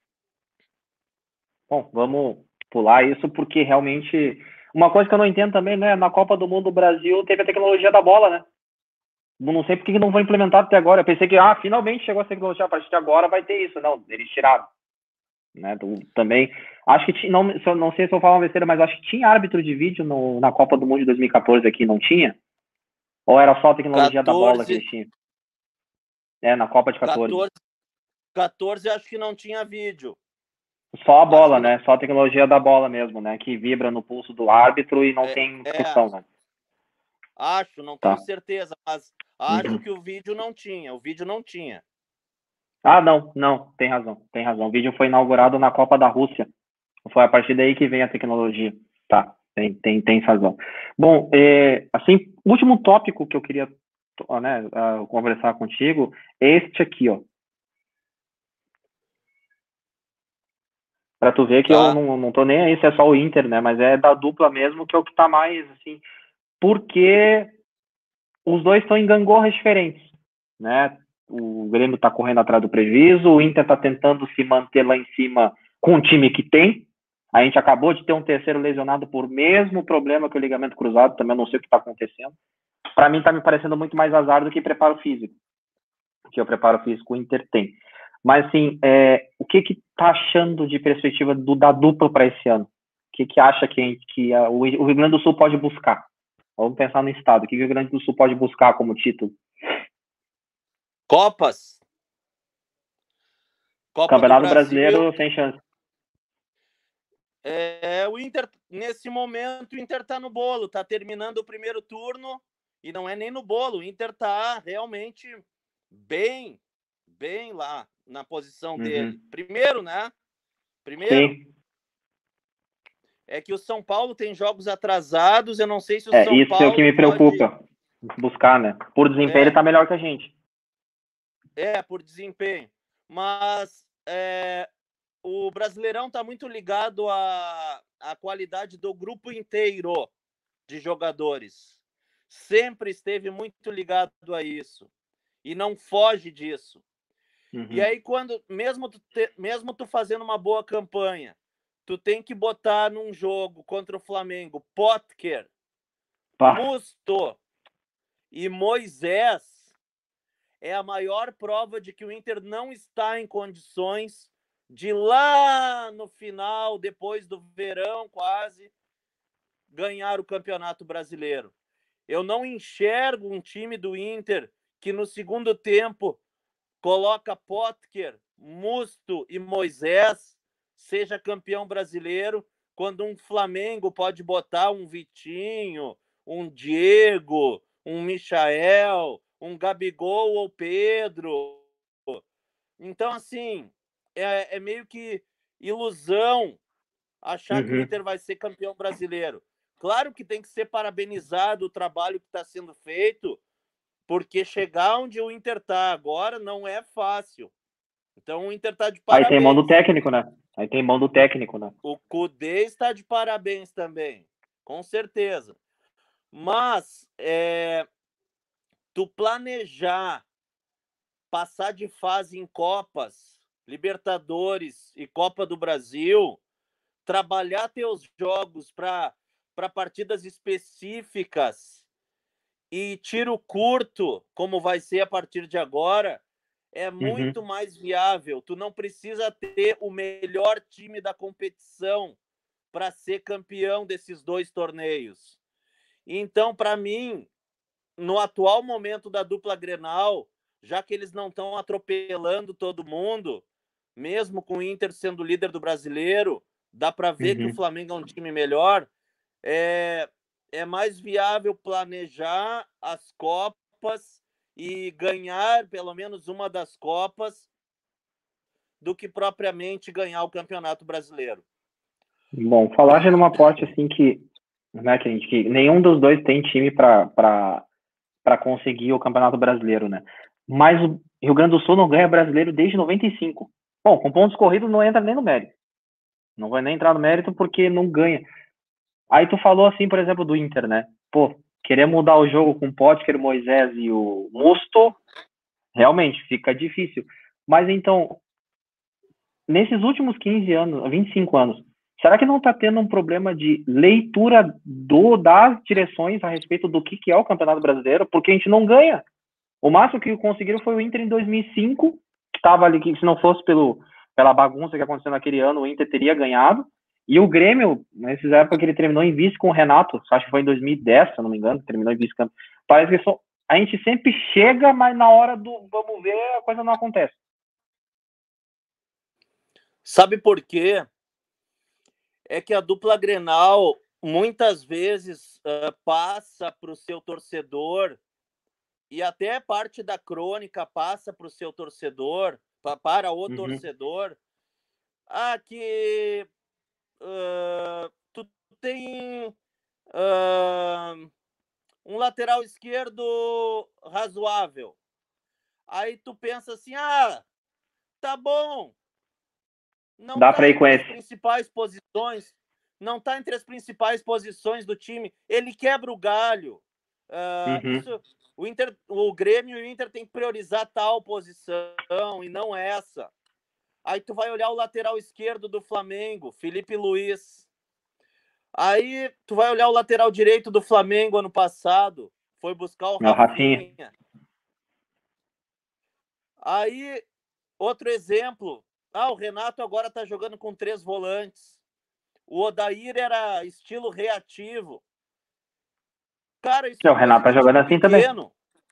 Bom, vamos pular isso porque realmente uma coisa que eu não entendo também, né? Na Copa do Mundo, o Brasil teve a tecnologia da bola, né? Não sei por que não foi implementado até agora. Eu pensei que, finalmente chegou a tecnologia, a partir de agora vai ter isso. Não, eles tiraram. Né? Também, acho que, não sei se eu falo uma besteira, mas acho que tinha árbitro de vídeo na Copa do Mundo de 2014 aqui, não tinha? Ou era só a tecnologia da bola que eles tinham? Na Copa de 14. 14 acho que não tinha vídeo. Só a bola, né? Só a tecnologia da bola mesmo, né? Que vibra no pulso do árbitro e não tem discussão, né? Acho, não tenho certeza, mas acho que o vídeo não tinha. O vídeo não tinha. Não, tem razão. O vídeo foi inaugurado na Copa da Rússia. Foi a partir daí que vem a tecnologia. Tá, tem razão. Bom, assim, o último tópico que eu queria conversar contigo é este aqui, ó. Pra tu ver que eu não tô nem aí se é só o Inter, né? Mas é da dupla mesmo, que é o que tá mais, assim, porque os dois estão em gangorras diferentes, né? O Grêmio tá correndo atrás do prejuízo, o Inter tá tentando se manter lá em cima com o time que tem. A gente acabou de ter um terceiro lesionado por mesmo problema que o ligamento cruzado, também não sei o que tá acontecendo. Para mim tá me parecendo muito mais azar do que preparo físico, que o preparo físico o Inter tem. Mas, assim, o que tá achando de perspectiva da dupla para esse ano? O que acha que o Rio Grande do Sul pode buscar? Vamos pensar no estado. O que o Rio Grande do Sul pode buscar como título? Copas. Copa Campeonato do Brasil. Brasileiro sem chance. O Inter, nesse momento, o Inter tá no bolo, tá terminando o primeiro turno e não é nem no bolo. O Inter tá realmente bem lá na posição dele. Primeiro, né? Sim. É que o São Paulo tem jogos atrasados, eu não sei se o São Paulo isso é o que me preocupa. Buscar, né? Por desempenho ele tá melhor que a gente. Por desempenho. Mas o Brasileirão tá muito ligado à qualidade do grupo inteiro de jogadores. Sempre esteve muito ligado a isso. E não foge disso. E aí, mesmo tu fazendo uma boa campanha, tu tem que botar num jogo contra o Flamengo Potker, Musto e Moisés, é a maior prova de que o Inter não está em condições de lá no final, depois do verão quase, ganhar o Campeonato Brasileiro. Eu não enxergo um time do Inter que no segundo tempo coloca Potker, Musto e Moisés, seja campeão brasileiro, quando um Flamengo pode botar um Vitinho, um Diego, um Michael, um Gabigol ou Pedro. Então, assim, é meio que ilusão achar que o Inter vai ser campeão brasileiro. Claro que tem que ser parabenizado o trabalho que está sendo feito, porque chegar onde o Inter está agora não é fácil. Então o Inter está de parabéns. Aí tem mão do técnico, né? O Kudê está de parabéns também, com certeza. Mas tu planejar passar de fase em Copas, Libertadores e Copa do Brasil, trabalhar teus jogos para partidas específicas e tiro curto, como vai ser a partir de agora, é muito mais viável. Tu não precisa ter o melhor time da competição para ser campeão desses dois torneios. Então, para mim, no atual momento da dupla Grenal, já que eles não estão atropelando todo mundo, mesmo com o Inter sendo líder do Brasileiro, dá para ver que o Flamengo é um time melhor, é mais viável planejar as Copas e ganhar pelo menos uma das Copas do que propriamente ganhar o Campeonato Brasileiro. Bom, falaste numa parte assim que, né, que nenhum dos dois tem time para conseguir o Campeonato Brasileiro, né? Mas o Rio Grande do Sul não ganha brasileiro desde 95. Bom, com pontos corridos não entra nem no mérito. Não vai nem entrar no mérito porque não ganha. Aí tu falou assim, por exemplo, do Inter, né? Pô, querer mudar o jogo com o Potker, Moisés e o Musto, realmente fica difícil. Mas então, nesses últimos 15 anos, 25 anos, será que não está tendo um problema de leitura das direções a respeito do que é o Campeonato Brasileiro? Porque a gente não ganha. O máximo que conseguiram foi o Inter em 2005, que estava ali, que se não fosse pela bagunça que aconteceu naquele ano, o Inter teria ganhado. E o Grêmio, nessas épocas que ele terminou em vice com o Renato, acho que foi em 2010, se eu não me engano, terminou em vice-campeão. Parece que a gente sempre chega, mas na hora do vamos ver, a coisa não acontece. Sabe por quê? É que a dupla Grenal muitas vezes passa para o seu torcedor e até parte da crônica passa para o seu torcedor, para o torcedor, que tu tem um lateral esquerdo razoável. Aí tu pensa assim, tá bom, não dá para tá ir com entre as esse. principais posições, não tá entre as principais posições do time, ele quebra o galho. Isso, o Grêmio e o Inter tem que priorizar tal posição e não essa. Aí tu vai olhar o lateral esquerdo do Flamengo, Felipe Luiz. Aí tu vai olhar o lateral direito do Flamengo ano passado, foi buscar o Rafinha. Aí, outro exemplo, o Renato agora tá jogando com 3 volantes. O Odair era estilo reativo. Cara, isso O é coisa Renato tá de jogando time assim também. pequeno.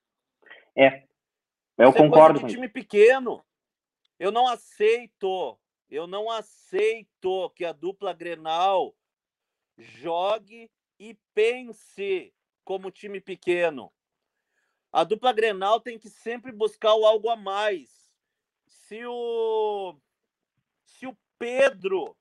Eu Isso é coisa concordo de com isso. time pequeno. Eu não aceito que a dupla Grenal jogue e pense como time pequeno. A dupla Grenal tem que sempre buscar o algo a mais. Se o Pedro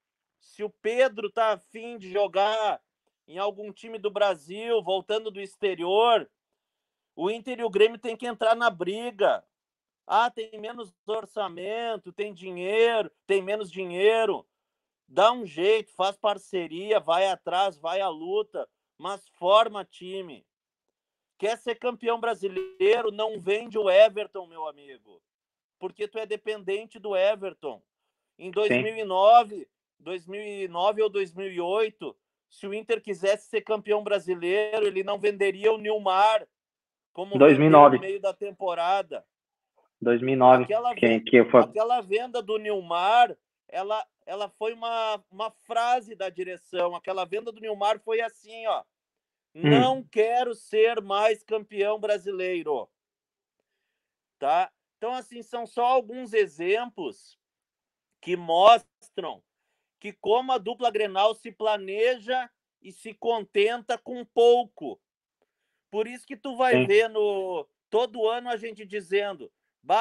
tá afim de jogar em algum time do Brasil, voltando do exterior, o Inter e o Grêmio tem que entrar na briga. Tem menos orçamento, tem dinheiro, tem menos dinheiro. Dá um jeito, faz parceria, vai atrás, vai à luta, mas forma time. Quer ser campeão brasileiro, não vende o Everton, meu amigo, porque tu é dependente do Everton. Em 2009 ou 2008, se o Inter quisesse ser campeão brasileiro, ele não venderia o Nilmar, como 2009. vendeu no meio da temporada. 2009, Aquela venda do Nilmar, ela foi uma frase da direção. Aquela venda do Nilmar foi assim, não quero ser mais campeão brasileiro. Tá? Então, assim, são só alguns exemplos que mostram que como a dupla Grenal se planeja e se contenta com pouco. Por isso que tu vai ver todo ano a gente dizendo,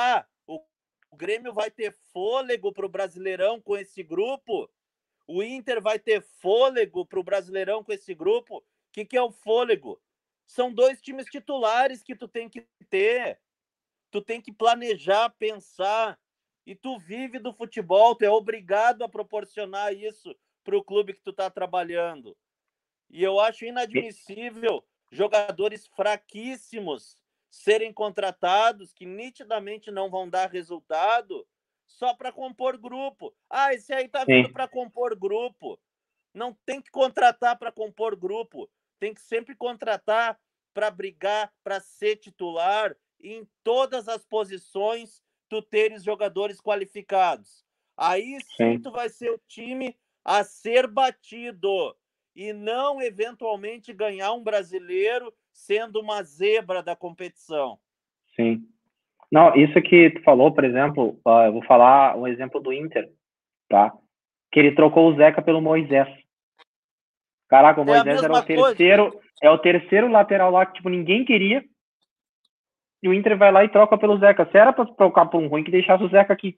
o Grêmio vai ter fôlego para o Brasileirão com esse grupo, o Inter vai ter fôlego para o Brasileirão com esse grupo. O que é o fôlego? São 2 times titulares que tu tem que ter. Tu tem que planejar, pensar. E tu vive do futebol, tu é obrigado a proporcionar isso para o clube que tu está trabalhando. E eu acho inadmissível jogadores fraquíssimos serem contratados, que nitidamente não vão dar resultado, só para compor grupo. Esse aí tá vindo para compor grupo. Não tem que contratar para compor grupo. Tem que sempre contratar para brigar, para ser titular em todas as posições, tu teres jogadores qualificados. Aí sim tu vai ser o time a ser batido. e não eventualmente ganhar um brasileiro sendo uma zebra da competição. Sim. Não, isso que tu falou, por exemplo, eu vou falar um exemplo do Inter, tá? Que ele trocou o Zeca pelo Moisés. Caraca, o É a Moisés era mesma coisa. o terceiro lateral lá que, tipo, ninguém queria. E o Inter vai lá e troca pelo Zeca. Se era pra trocar por um ruim, que deixasse o Zeca aqui.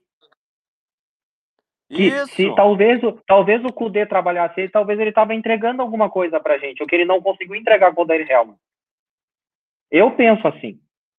Que se Isso. talvez o Kudê trabalhasse ele, talvez ele tava entregando alguma coisa pra gente, o que ele não conseguiu entregar com o Odair Helman. Eu penso assim.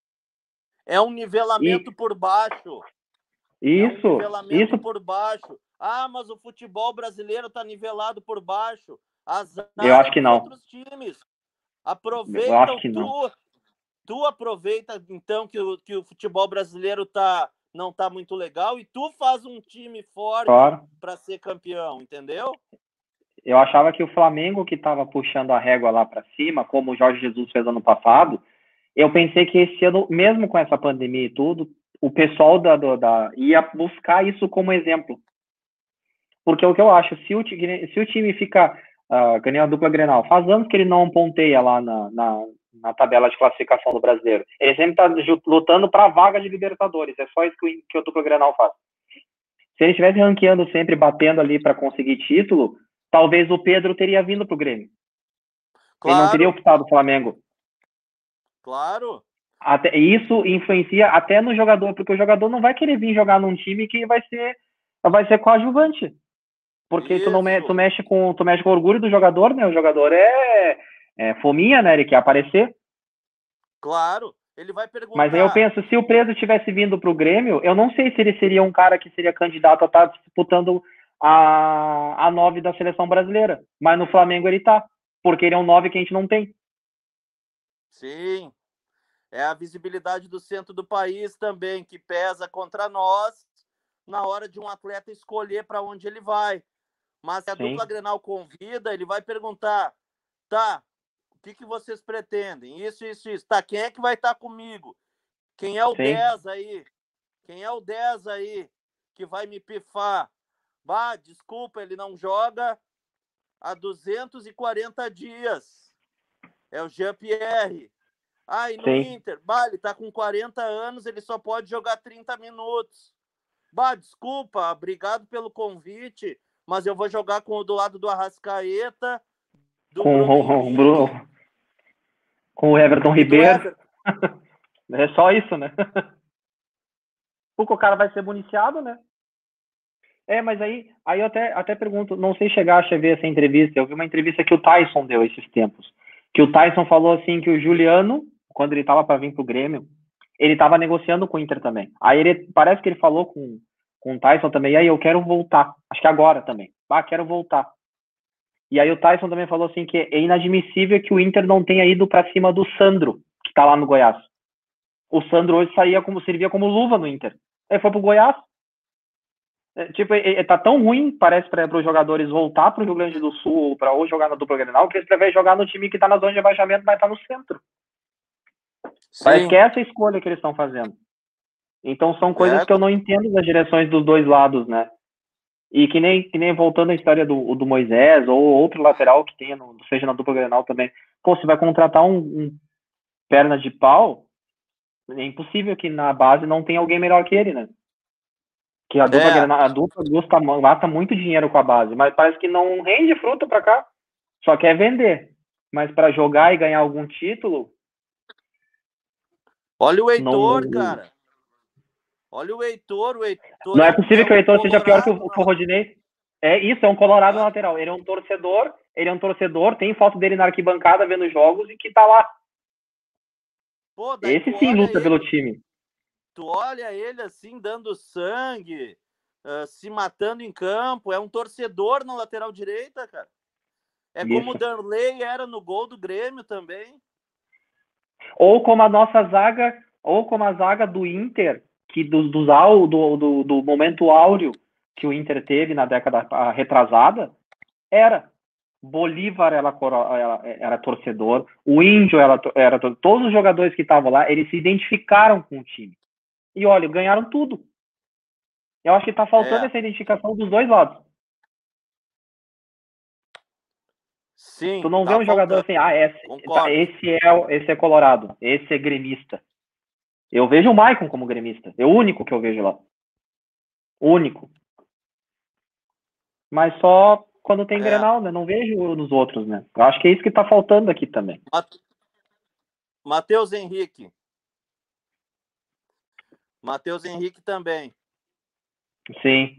É um nivelamento E por baixo. É um nivelamento isso, por baixo. Ah, mas o futebol brasileiro está nivelado por baixo. eu Azar acho que dos não. outros times. Eu Aproveita acho o que não. tu aproveita então que o futebol brasileiro não tá muito legal e tu faz um time forte Claro. para ser campeão, entendeu? Eu achava que o Flamengo que estava puxando a régua lá para cima, como o Jorge Jesus fez ano passado. Eu pensei que esse ano, mesmo com essa pandemia e tudo, o pessoal ia buscar isso como exemplo. Porque o que eu acho, se o time fica ganhando a dupla Grenal, faz anos que ele não ponteia lá na tabela de classificação do brasileiro. Ele sempre está lutando para a vaga de Libertadores. É só isso que o dupla Grenal faz. Se ele estivesse ranqueando sempre, batendo ali para conseguir título, talvez o Pedro teria vindo para o Grêmio. Ele não teria Claro, optado o Flamengo. claro. Até, isso influencia até no jogador, porque o jogador não vai querer vir jogar num time que vai ser coadjuvante. Porque Isso. tu mexe com o orgulho do jogador, né? O jogador é fominha, né? Ele quer aparecer. Claro. Ele vai Mas aí eu perguntar. penso, se o Preso tivesse vindo para o Grêmio, eu não sei se ele seria um cara que seria candidato a estar disputando a 9 da seleção brasileira. Mas no Flamengo ele tá. Porque ele é um 9 que a gente não tem. Sim. É a visibilidade do centro do país também que pesa contra nós na hora de um atleta escolher para onde ele vai. Mas se a dupla Sim, Grenal convida, ele vai perguntar: tá, o que vocês pretendem? Isso. Tá, quem é que vai estar comigo? Quem é o sim, 10 aí? Quem é o 10 aí que vai me pifar? Bah, desculpa, ele não joga há 240 dias. É o Jean-Pierre. Ah, e no sim. Inter? Bah, ele tá com 40 anos, ele só pode jogar 30 minutos. Bah, desculpa, obrigado pelo convite, mas eu vou jogar do lado do Arrascaeta, do Com, Bruno o- Bruno, Henrique com o Everton e do Ribeiro. Everton. É só isso, né? Porque o cara vai ser municiado, né? Mas aí eu até pergunto, não sei chegar a ver essa entrevista. Eu vi uma entrevista que o Tyson deu esses tempos. Que o Tyson falou assim que o Juliano, quando ele estava para vir pro Grêmio, ele estava negociando com o Inter também. Aí ele parece que ele falou com o Tyson também, e aí eu quero voltar. Acho que agora também. Quero voltar. E aí o Tyson também falou assim que é inadmissível que o Inter não tenha ido para cima do Sandro, que tá lá no Goiás. O Sandro hoje servia como luva no Inter. Aí foi pro Goiás. Tipo, tá tão ruim, parece, para os jogadores voltar para o Rio Grande do Sul ou jogar na dupla Grenal, que eles preferem jogar no time que tá na zona de abaixamento, mas tá no centro. Parece que Sim, é essa a escolha que eles estão fazendo. Então são coisas é, que eu não entendo das direções dos dois lados, né? E que nem voltando à história do Moisés ou outro lateral que tenha, seja na dupla Grenal também. Pô, você vai contratar um perna de pau, é impossível que na base não tenha alguém melhor que ele, né? Que é. A dupla gasta muito dinheiro com a base, mas parece que não rende fruto para cá. Só quer vender. Mas para jogar e ganhar algum título, Olha o não, Heitor, não, cara. Olha o Heitor não é é um, é possível que o um Heitor seja pior que colorado o Rodinei. É isso, é um colorado na... lateral. Ele é um torcedor, tem foto dele na arquibancada vendo jogos e que tá lá. Pô, daí Esse sim luta pelo time. tu olha ele assim, dando sangue, se matando em campo, é um torcedor na lateral direita, cara. É como o Isso. Darley era no gol do Grêmio também. Ou como a nossa zaga, ou como a zaga do Inter, que do momento áureo que o Inter teve na década retrasada, era. Bolívar era torcedor, o Índio era todos os jogadores que estavam lá, eles se identificaram com o time. E olha, ganharam tudo. Eu acho que está faltando É, essa identificação dos dois lados. Sim, Tu não vê tá um jogador faltando. assim, Concordo. esse é colorado, esse é gremista. Eu vejo o Maicon como gremista. É o único que eu vejo lá. Único. Mas só quando tem É. Grenal, né? Não vejo nos outros, né? Eu acho que é isso que tá faltando aqui também. Matheus Henrique. Matheus Henrique também. Sim.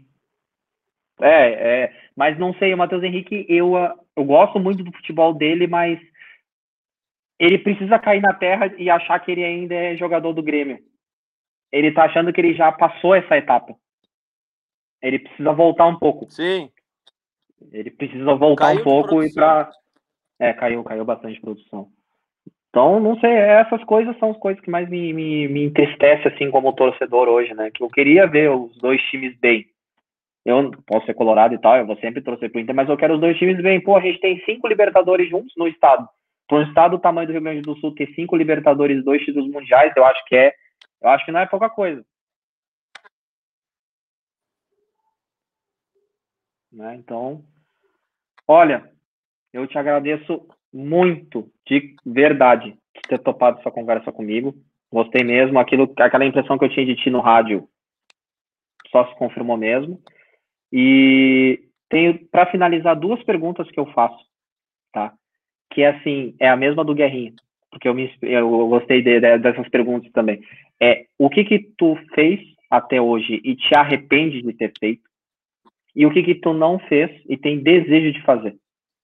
Mas não sei, o Matheus Henrique, eu gosto muito do futebol dele, mas ele precisa cair na terra e achar que ele ainda é jogador do Grêmio. Ele tá achando que ele já passou essa etapa. Ele precisa voltar um pouco. Sim. Ele precisa voltar um Caiu de pouco e produção. pra. Caiu bastante produção. Então, não sei, essas coisas são as coisas que mais me entristece, assim, como torcedor hoje, né? Que eu queria ver os dois times bem. Eu posso ser colorado e tal, eu vou sempre torcer pro Inter, mas eu quero os dois times bem. Pô, a gente tem 5 Libertadores juntos no estado. Para um estado do tamanho do Rio Grande do Sul ter 5 Libertadores, 2 títulos mundiais, eu acho que não é pouca coisa. Né? Então, olha, eu te agradeço muito, de verdade, de ter topado essa conversa comigo. Gostei mesmo. Aquela impressão que eu tinha de ti no rádio só se confirmou mesmo. E tenho, para finalizar, duas perguntas que eu faço, tá? Que é assim, é a mesma do Guerrinha, porque eu gostei dessas perguntas também. O que tu fez até hoje e te arrepende de ter feito? E o que tu não fez e tem desejo de fazer?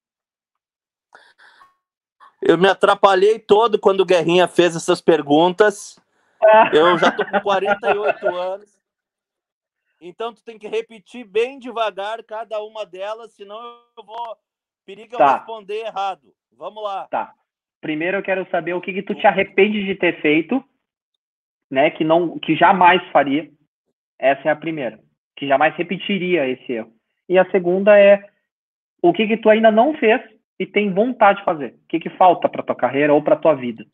Eu me atrapalhei todo quando o Guerrinha fez essas perguntas. Eu já tô com 48 anos. Então tu tem que repetir bem devagar cada uma delas, senão eu vou perigo eu Tá, responder errado. Vamos lá. tá. Primeiro eu quero saber o O, que tu te o, arrepende de ter feito, né? Que jamais faria. Essa é a primeira. Que jamais repetiria esse erro. E a segunda é o que tu ainda não fez e tem vontade de fazer. O que falta para tua carreira ou para tua vida?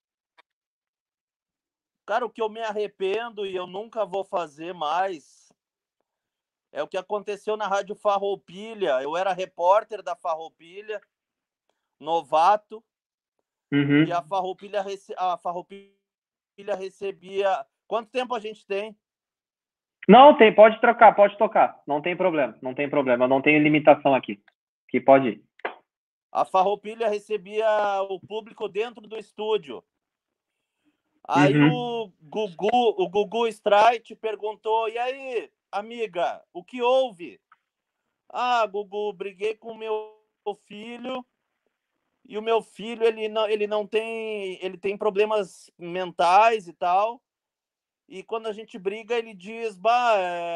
cara, o que eu me arrependo e eu nunca vou fazer mais é o que aconteceu na Rádio Farroupilha. Eu era repórter da Farroupilha, novato, e Uhum. a Farroupilha recebia. Quanto tempo a gente tem? Não, pode trocar, pode tocar. Não tem problema, não tem problema. Eu não tenho limitação aqui. Que pode ir. A Farroupilha recebia o público dentro do estúdio. Aí Uhum. o Gugu Streit perguntou: e aí, amiga, o que houve? Ah, Gugu, briguei com o meu filho e o meu filho ele não tem, ele tem problemas mentais e tal. E quando a gente briga, ele diz: bah,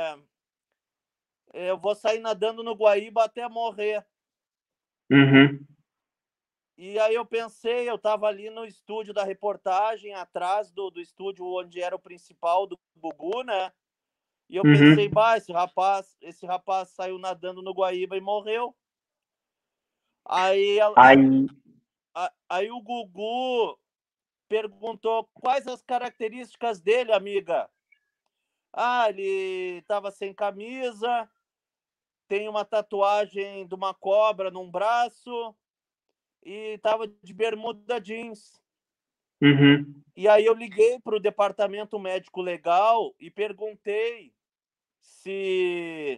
eu vou sair nadando no Guaíba até morrer. Uhum. E aí eu pensei, eu estava ali no estúdio da reportagem, atrás do estúdio onde era o principal do Gugu, né? E eu pensei, Uhum. bah, esse rapaz saiu nadando no Guaíba e morreu. Aí, Aí. aí o Gugu perguntou quais as características dele, amiga. Ah, ele estava sem camisa, tem uma tatuagem de uma cobra num braço e estava de bermuda jeans. Uhum. E aí eu liguei para o departamento médico legal e perguntei se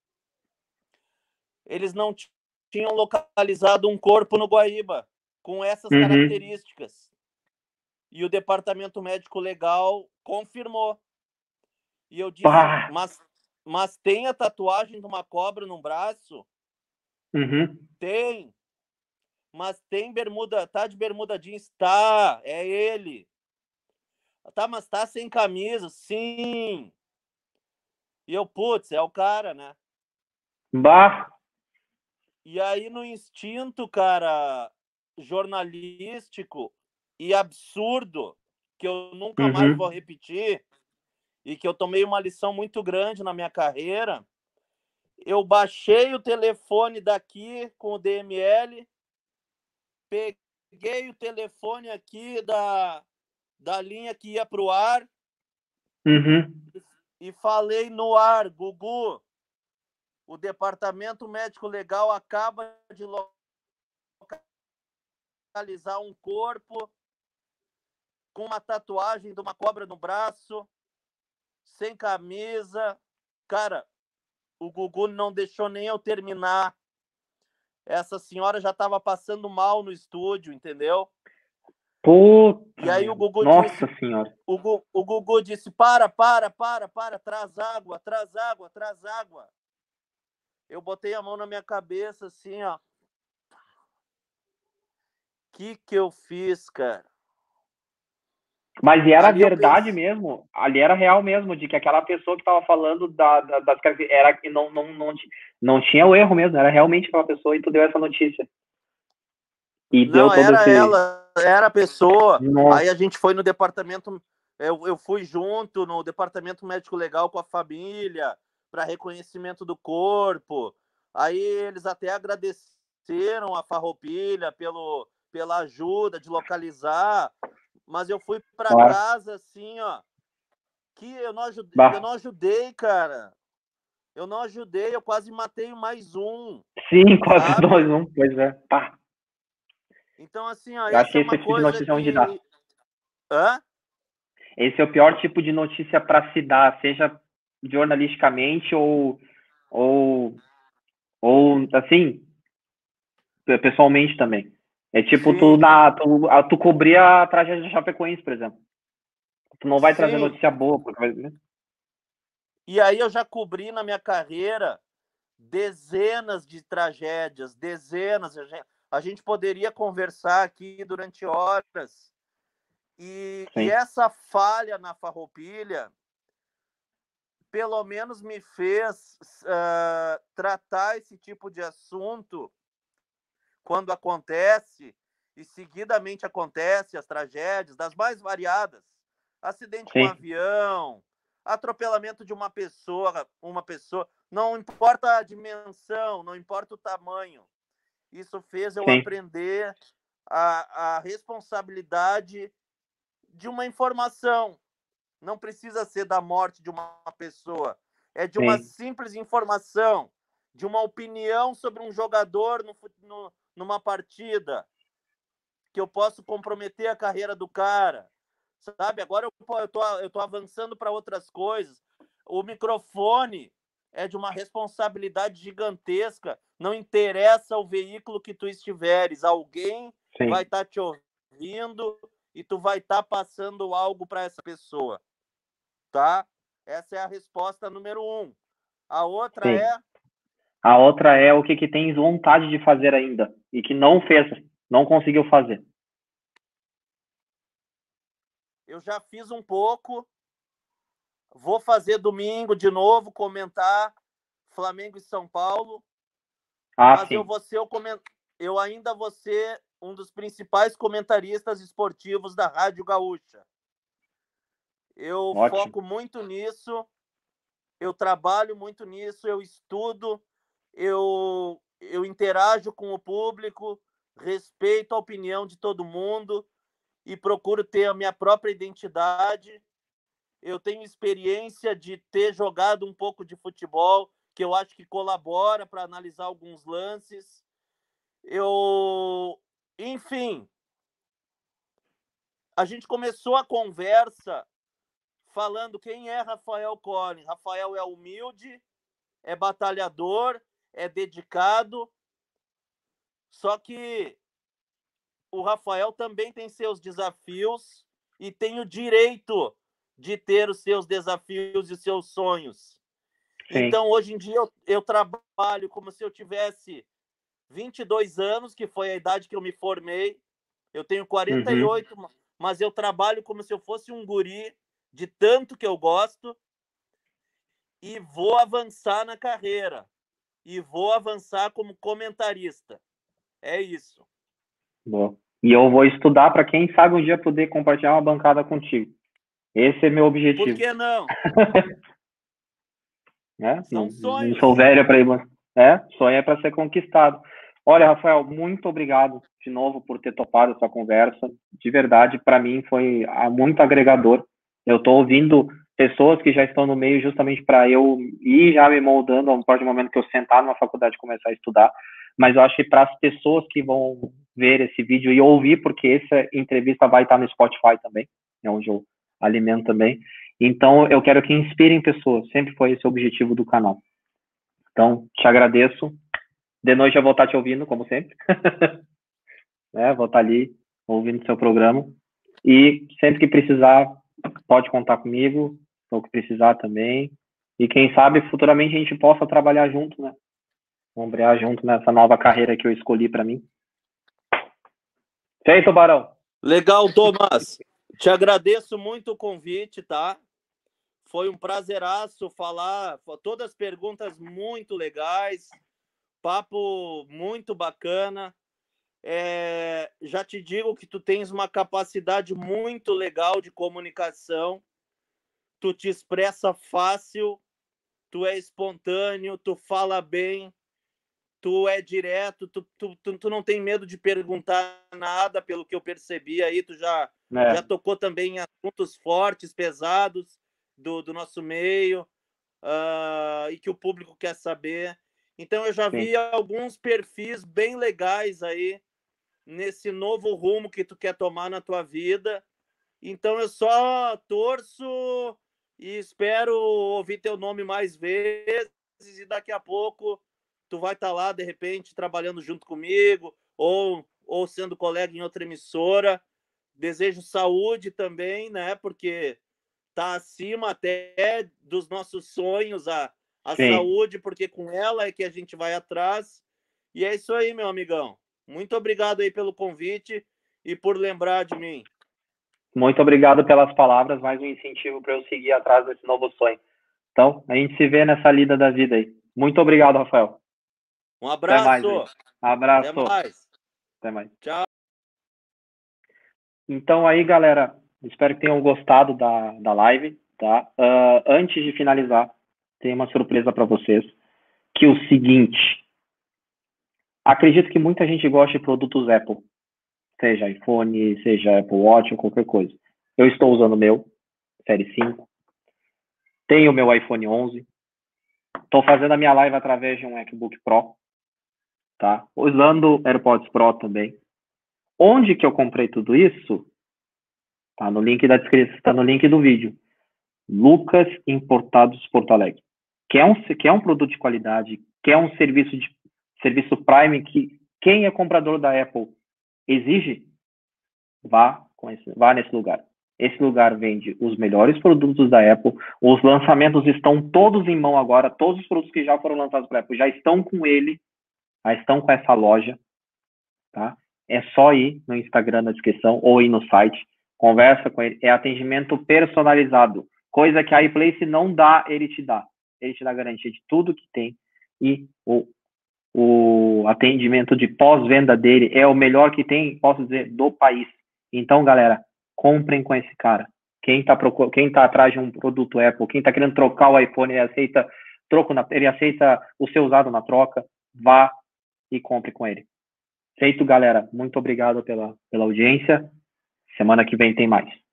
eles não tinham localizado um corpo no Guaíba com essas Uhum. características. E o departamento médico legal confirmou. E eu disse, Pá. mas tem a tatuagem de uma cobra no braço? Uhum. Tem. Mas tem bermuda, tá de bermuda jeans? Tá, é ele. Tá, mas tá sem camisa? Sim. E eu, putz, é o cara, né? Bah. E aí, no instinto, cara, jornalístico e absurdo, que eu nunca mais vou Uhum. repetir, e que eu tomei uma lição muito grande na minha carreira, eu baixei o telefone daqui com o DML, peguei o telefone aqui da linha que ia para o ar Uhum. e falei no ar, Gugu, o departamento médico legal acaba de localizar um corpo com uma tatuagem de uma cobra no braço, sem camisa. Cara, o Gugu não deixou nem eu terminar. Essa senhora já estava passando mal no estúdio, entendeu? Puta, e aí o Gugu nossa disse, senhora. o Gugu disse, para, traz água, traz água, traz água. Eu botei a mão na minha cabeça, assim, ó. Que eu fiz, cara? Mas era Ali eu verdade pensei, mesmo, ali era real mesmo, de que aquela pessoa que estava falando das era que não tinha o erro mesmo, era realmente aquela pessoa e tu deu essa notícia. E deu não, todo era esse. ela, era a pessoa. Nossa, Aí a gente foi no departamento, eu fui junto no departamento médico legal com a família, para reconhecimento do corpo. Aí eles até agradeceram a Farroupilha pela ajuda de localizar, mas eu fui para claro. casa assim, ó, que eu Bah. não ajudei, cara. Eu não ajudei, eu quase matei mais um, Sim, 4, 2, sabe? 1, pois é. Pá. Então, assim, ó, Eu acho essa que é esse é uma o tipo de coisa notícia onde dá. que. Hã? Esse é o pior tipo de notícia para se dar, seja jornalisticamente ou, ou assim, pessoalmente também. É tipo Sim, tu cobrir a tragédia de Chapecoense, por exemplo. Tu não vai trazer sim. notícia boa, porque vai. E aí eu já cobri na minha carreira dezenas de tragédias, dezenas. A gente poderia conversar aqui durante horas. E Sim, essa falha na Farroupilha, pelo menos me fez tratar esse tipo de assunto quando acontece, e seguidamente acontece as tragédias, das mais variadas. Acidente com sim, avião, atropelamento de uma pessoa, não importa a dimensão, não importa o tamanho. Isso fez eu sim, aprender a responsabilidade de uma informação. Não precisa ser da morte de uma pessoa, é de uma sim, simples informação, de uma opinião sobre um jogador numa partida, que eu posso comprometer a carreira do cara, sabe? Agora eu tô avançando para outras coisas. O microfone é de uma responsabilidade gigantesca. Não interessa o veículo que tu estiveres, alguém vai sim, estar te ouvindo e tu vai estar passando algo para essa pessoa, tá? Essa é a resposta número 1. A outra sim. é, A outra é o que tens vontade de fazer ainda e que não fez, não conseguiu fazer. eu já fiz um pouco, vou fazer domingo de novo, comentar Flamengo e São Paulo, Ah, mas sim, eu ainda vou ser um dos principais comentaristas esportivos da Rádio Gaúcha. Eu ótimo. foco muito nisso, eu trabalho muito nisso, eu estudo, eu interajo com o público, respeito a opinião de todo mundo e procuro ter a minha própria identidade. Eu tenho experiência de ter jogado um pouco de futebol, que eu acho que colabora para analisar alguns lances. Enfim, a gente começou a conversa falando quem é Rafael Collin. Rafael é humilde, é batalhador, é dedicado, só que o Rafael também tem seus desafios e tem o direito de ter os seus desafios e seus sonhos. Sim. Então, hoje em dia, eu trabalho como se eu tivesse 22 anos, que foi a idade que eu me formei. Eu tenho Uhum. 48, mas eu trabalho como se eu fosse um guri, de tanto que eu gosto, e vou avançar na carreira. E vou avançar como comentarista. É isso. Boa. E eu vou estudar para quem sabe um dia poder compartilhar uma bancada contigo. Esse é meu Por objetivo. que não? Né? São Não sou sonhos. velho para ir, mas sonho é para ser conquistado. Olha, Rafael, muito obrigado de novo por ter topado essa conversa. De verdade, para mim foi muito agregador. Eu estou ouvindo pessoas que já estão no meio justamente para eu ir já me moldando a um partir do momento que eu sentar numa faculdade e começar a estudar. mas eu acho que para as pessoas que vão ver esse vídeo e ouvir, porque essa entrevista vai estar no Spotify também, é onde eu alimento também. Então, eu quero que inspirem pessoas, sempre foi esse o objetivo do canal. Então, te agradeço. De noite eu vou estar te ouvindo, como sempre. Vou estar ali ouvindo seu programa. E sempre que precisar, pode contar comigo, ou que precisar também. E quem sabe futuramente a gente possa trabalhar junto, né? Ombrear junto nessa nova carreira que eu escolhi para mim. Feito, Barão. Legal, Thomas. Te agradeço muito o convite, tá? Foi um prazeraço falar, todas as perguntas muito legais, papo muito bacana. Já te digo que tu tens uma capacidade muito legal de comunicação, tu te expressa fácil, tu é espontâneo, tu fala bem, tu é direto, tu não tem medo de perguntar nada, pelo que eu percebi aí, tu já tocou também em assuntos fortes, pesados do nosso meio, e que o público quer saber. Então eu já vi alguns perfis bem legais aí nesse novo rumo que tu quer tomar na tua vida. Então eu só torço e espero ouvir teu nome mais vezes, e daqui a pouco tu vai estar lá, de repente, trabalhando junto comigo ou sendo colega em outra emissora. Desejo saúde também, né? Porque tá acima até dos nossos sonhos a saúde, porque com ela é que a gente vai atrás. E é isso aí, meu amigão. Muito obrigado aí pelo convite e por lembrar de mim. Muito obrigado pelas palavras, mais um incentivo para eu seguir atrás desse novo sonho. Então, a gente se vê nessa lida da vida aí. Muito obrigado, Rafael. Um abraço. Até mais. Abraço. Até mais. Até mais. Tchau. Então aí, galera, espero que tenham gostado da live, tá? Antes de finalizar, tem uma surpresa para vocês, que é o seguinte: acredito que muita gente gosta de produtos Apple, seja iPhone, seja Apple Watch ou qualquer coisa. Eu estou usando o meu, Série 5. Tenho o meu iPhone 11. Estou fazendo a minha live através de um MacBook Pro, tá? Usando AirPods Pro também. Onde que eu comprei tudo isso? Tá no link da descrição, tá no link do vídeo. Lucas Importados Porto Alegre. Quer um produto de qualidade, quer um serviço Prime que quem é comprador da Apple exige, vá nesse lugar. Esse lugar vende os melhores produtos da Apple. Os lançamentos estão todos em mão agora. Todos os produtos que já foram lançados para a Apple já estão com ele, já estão com essa loja, tá? É só ir no Instagram na descrição ou ir no site, conversa com ele. É atendimento personalizado, coisa que a iPlace não dá, ele te dá. Ele te dá garantia de tudo que tem e o atendimento de pós-venda dele é o melhor que tem, posso dizer, do país. Então, galera, comprem com esse cara. Quem tá atrás de um produto Apple, quem tá querendo trocar o iPhone, ele aceita o seu usado na troca, vá e compre com ele. Feito, galera. Muito obrigado pela audiência. Semana que vem tem mais.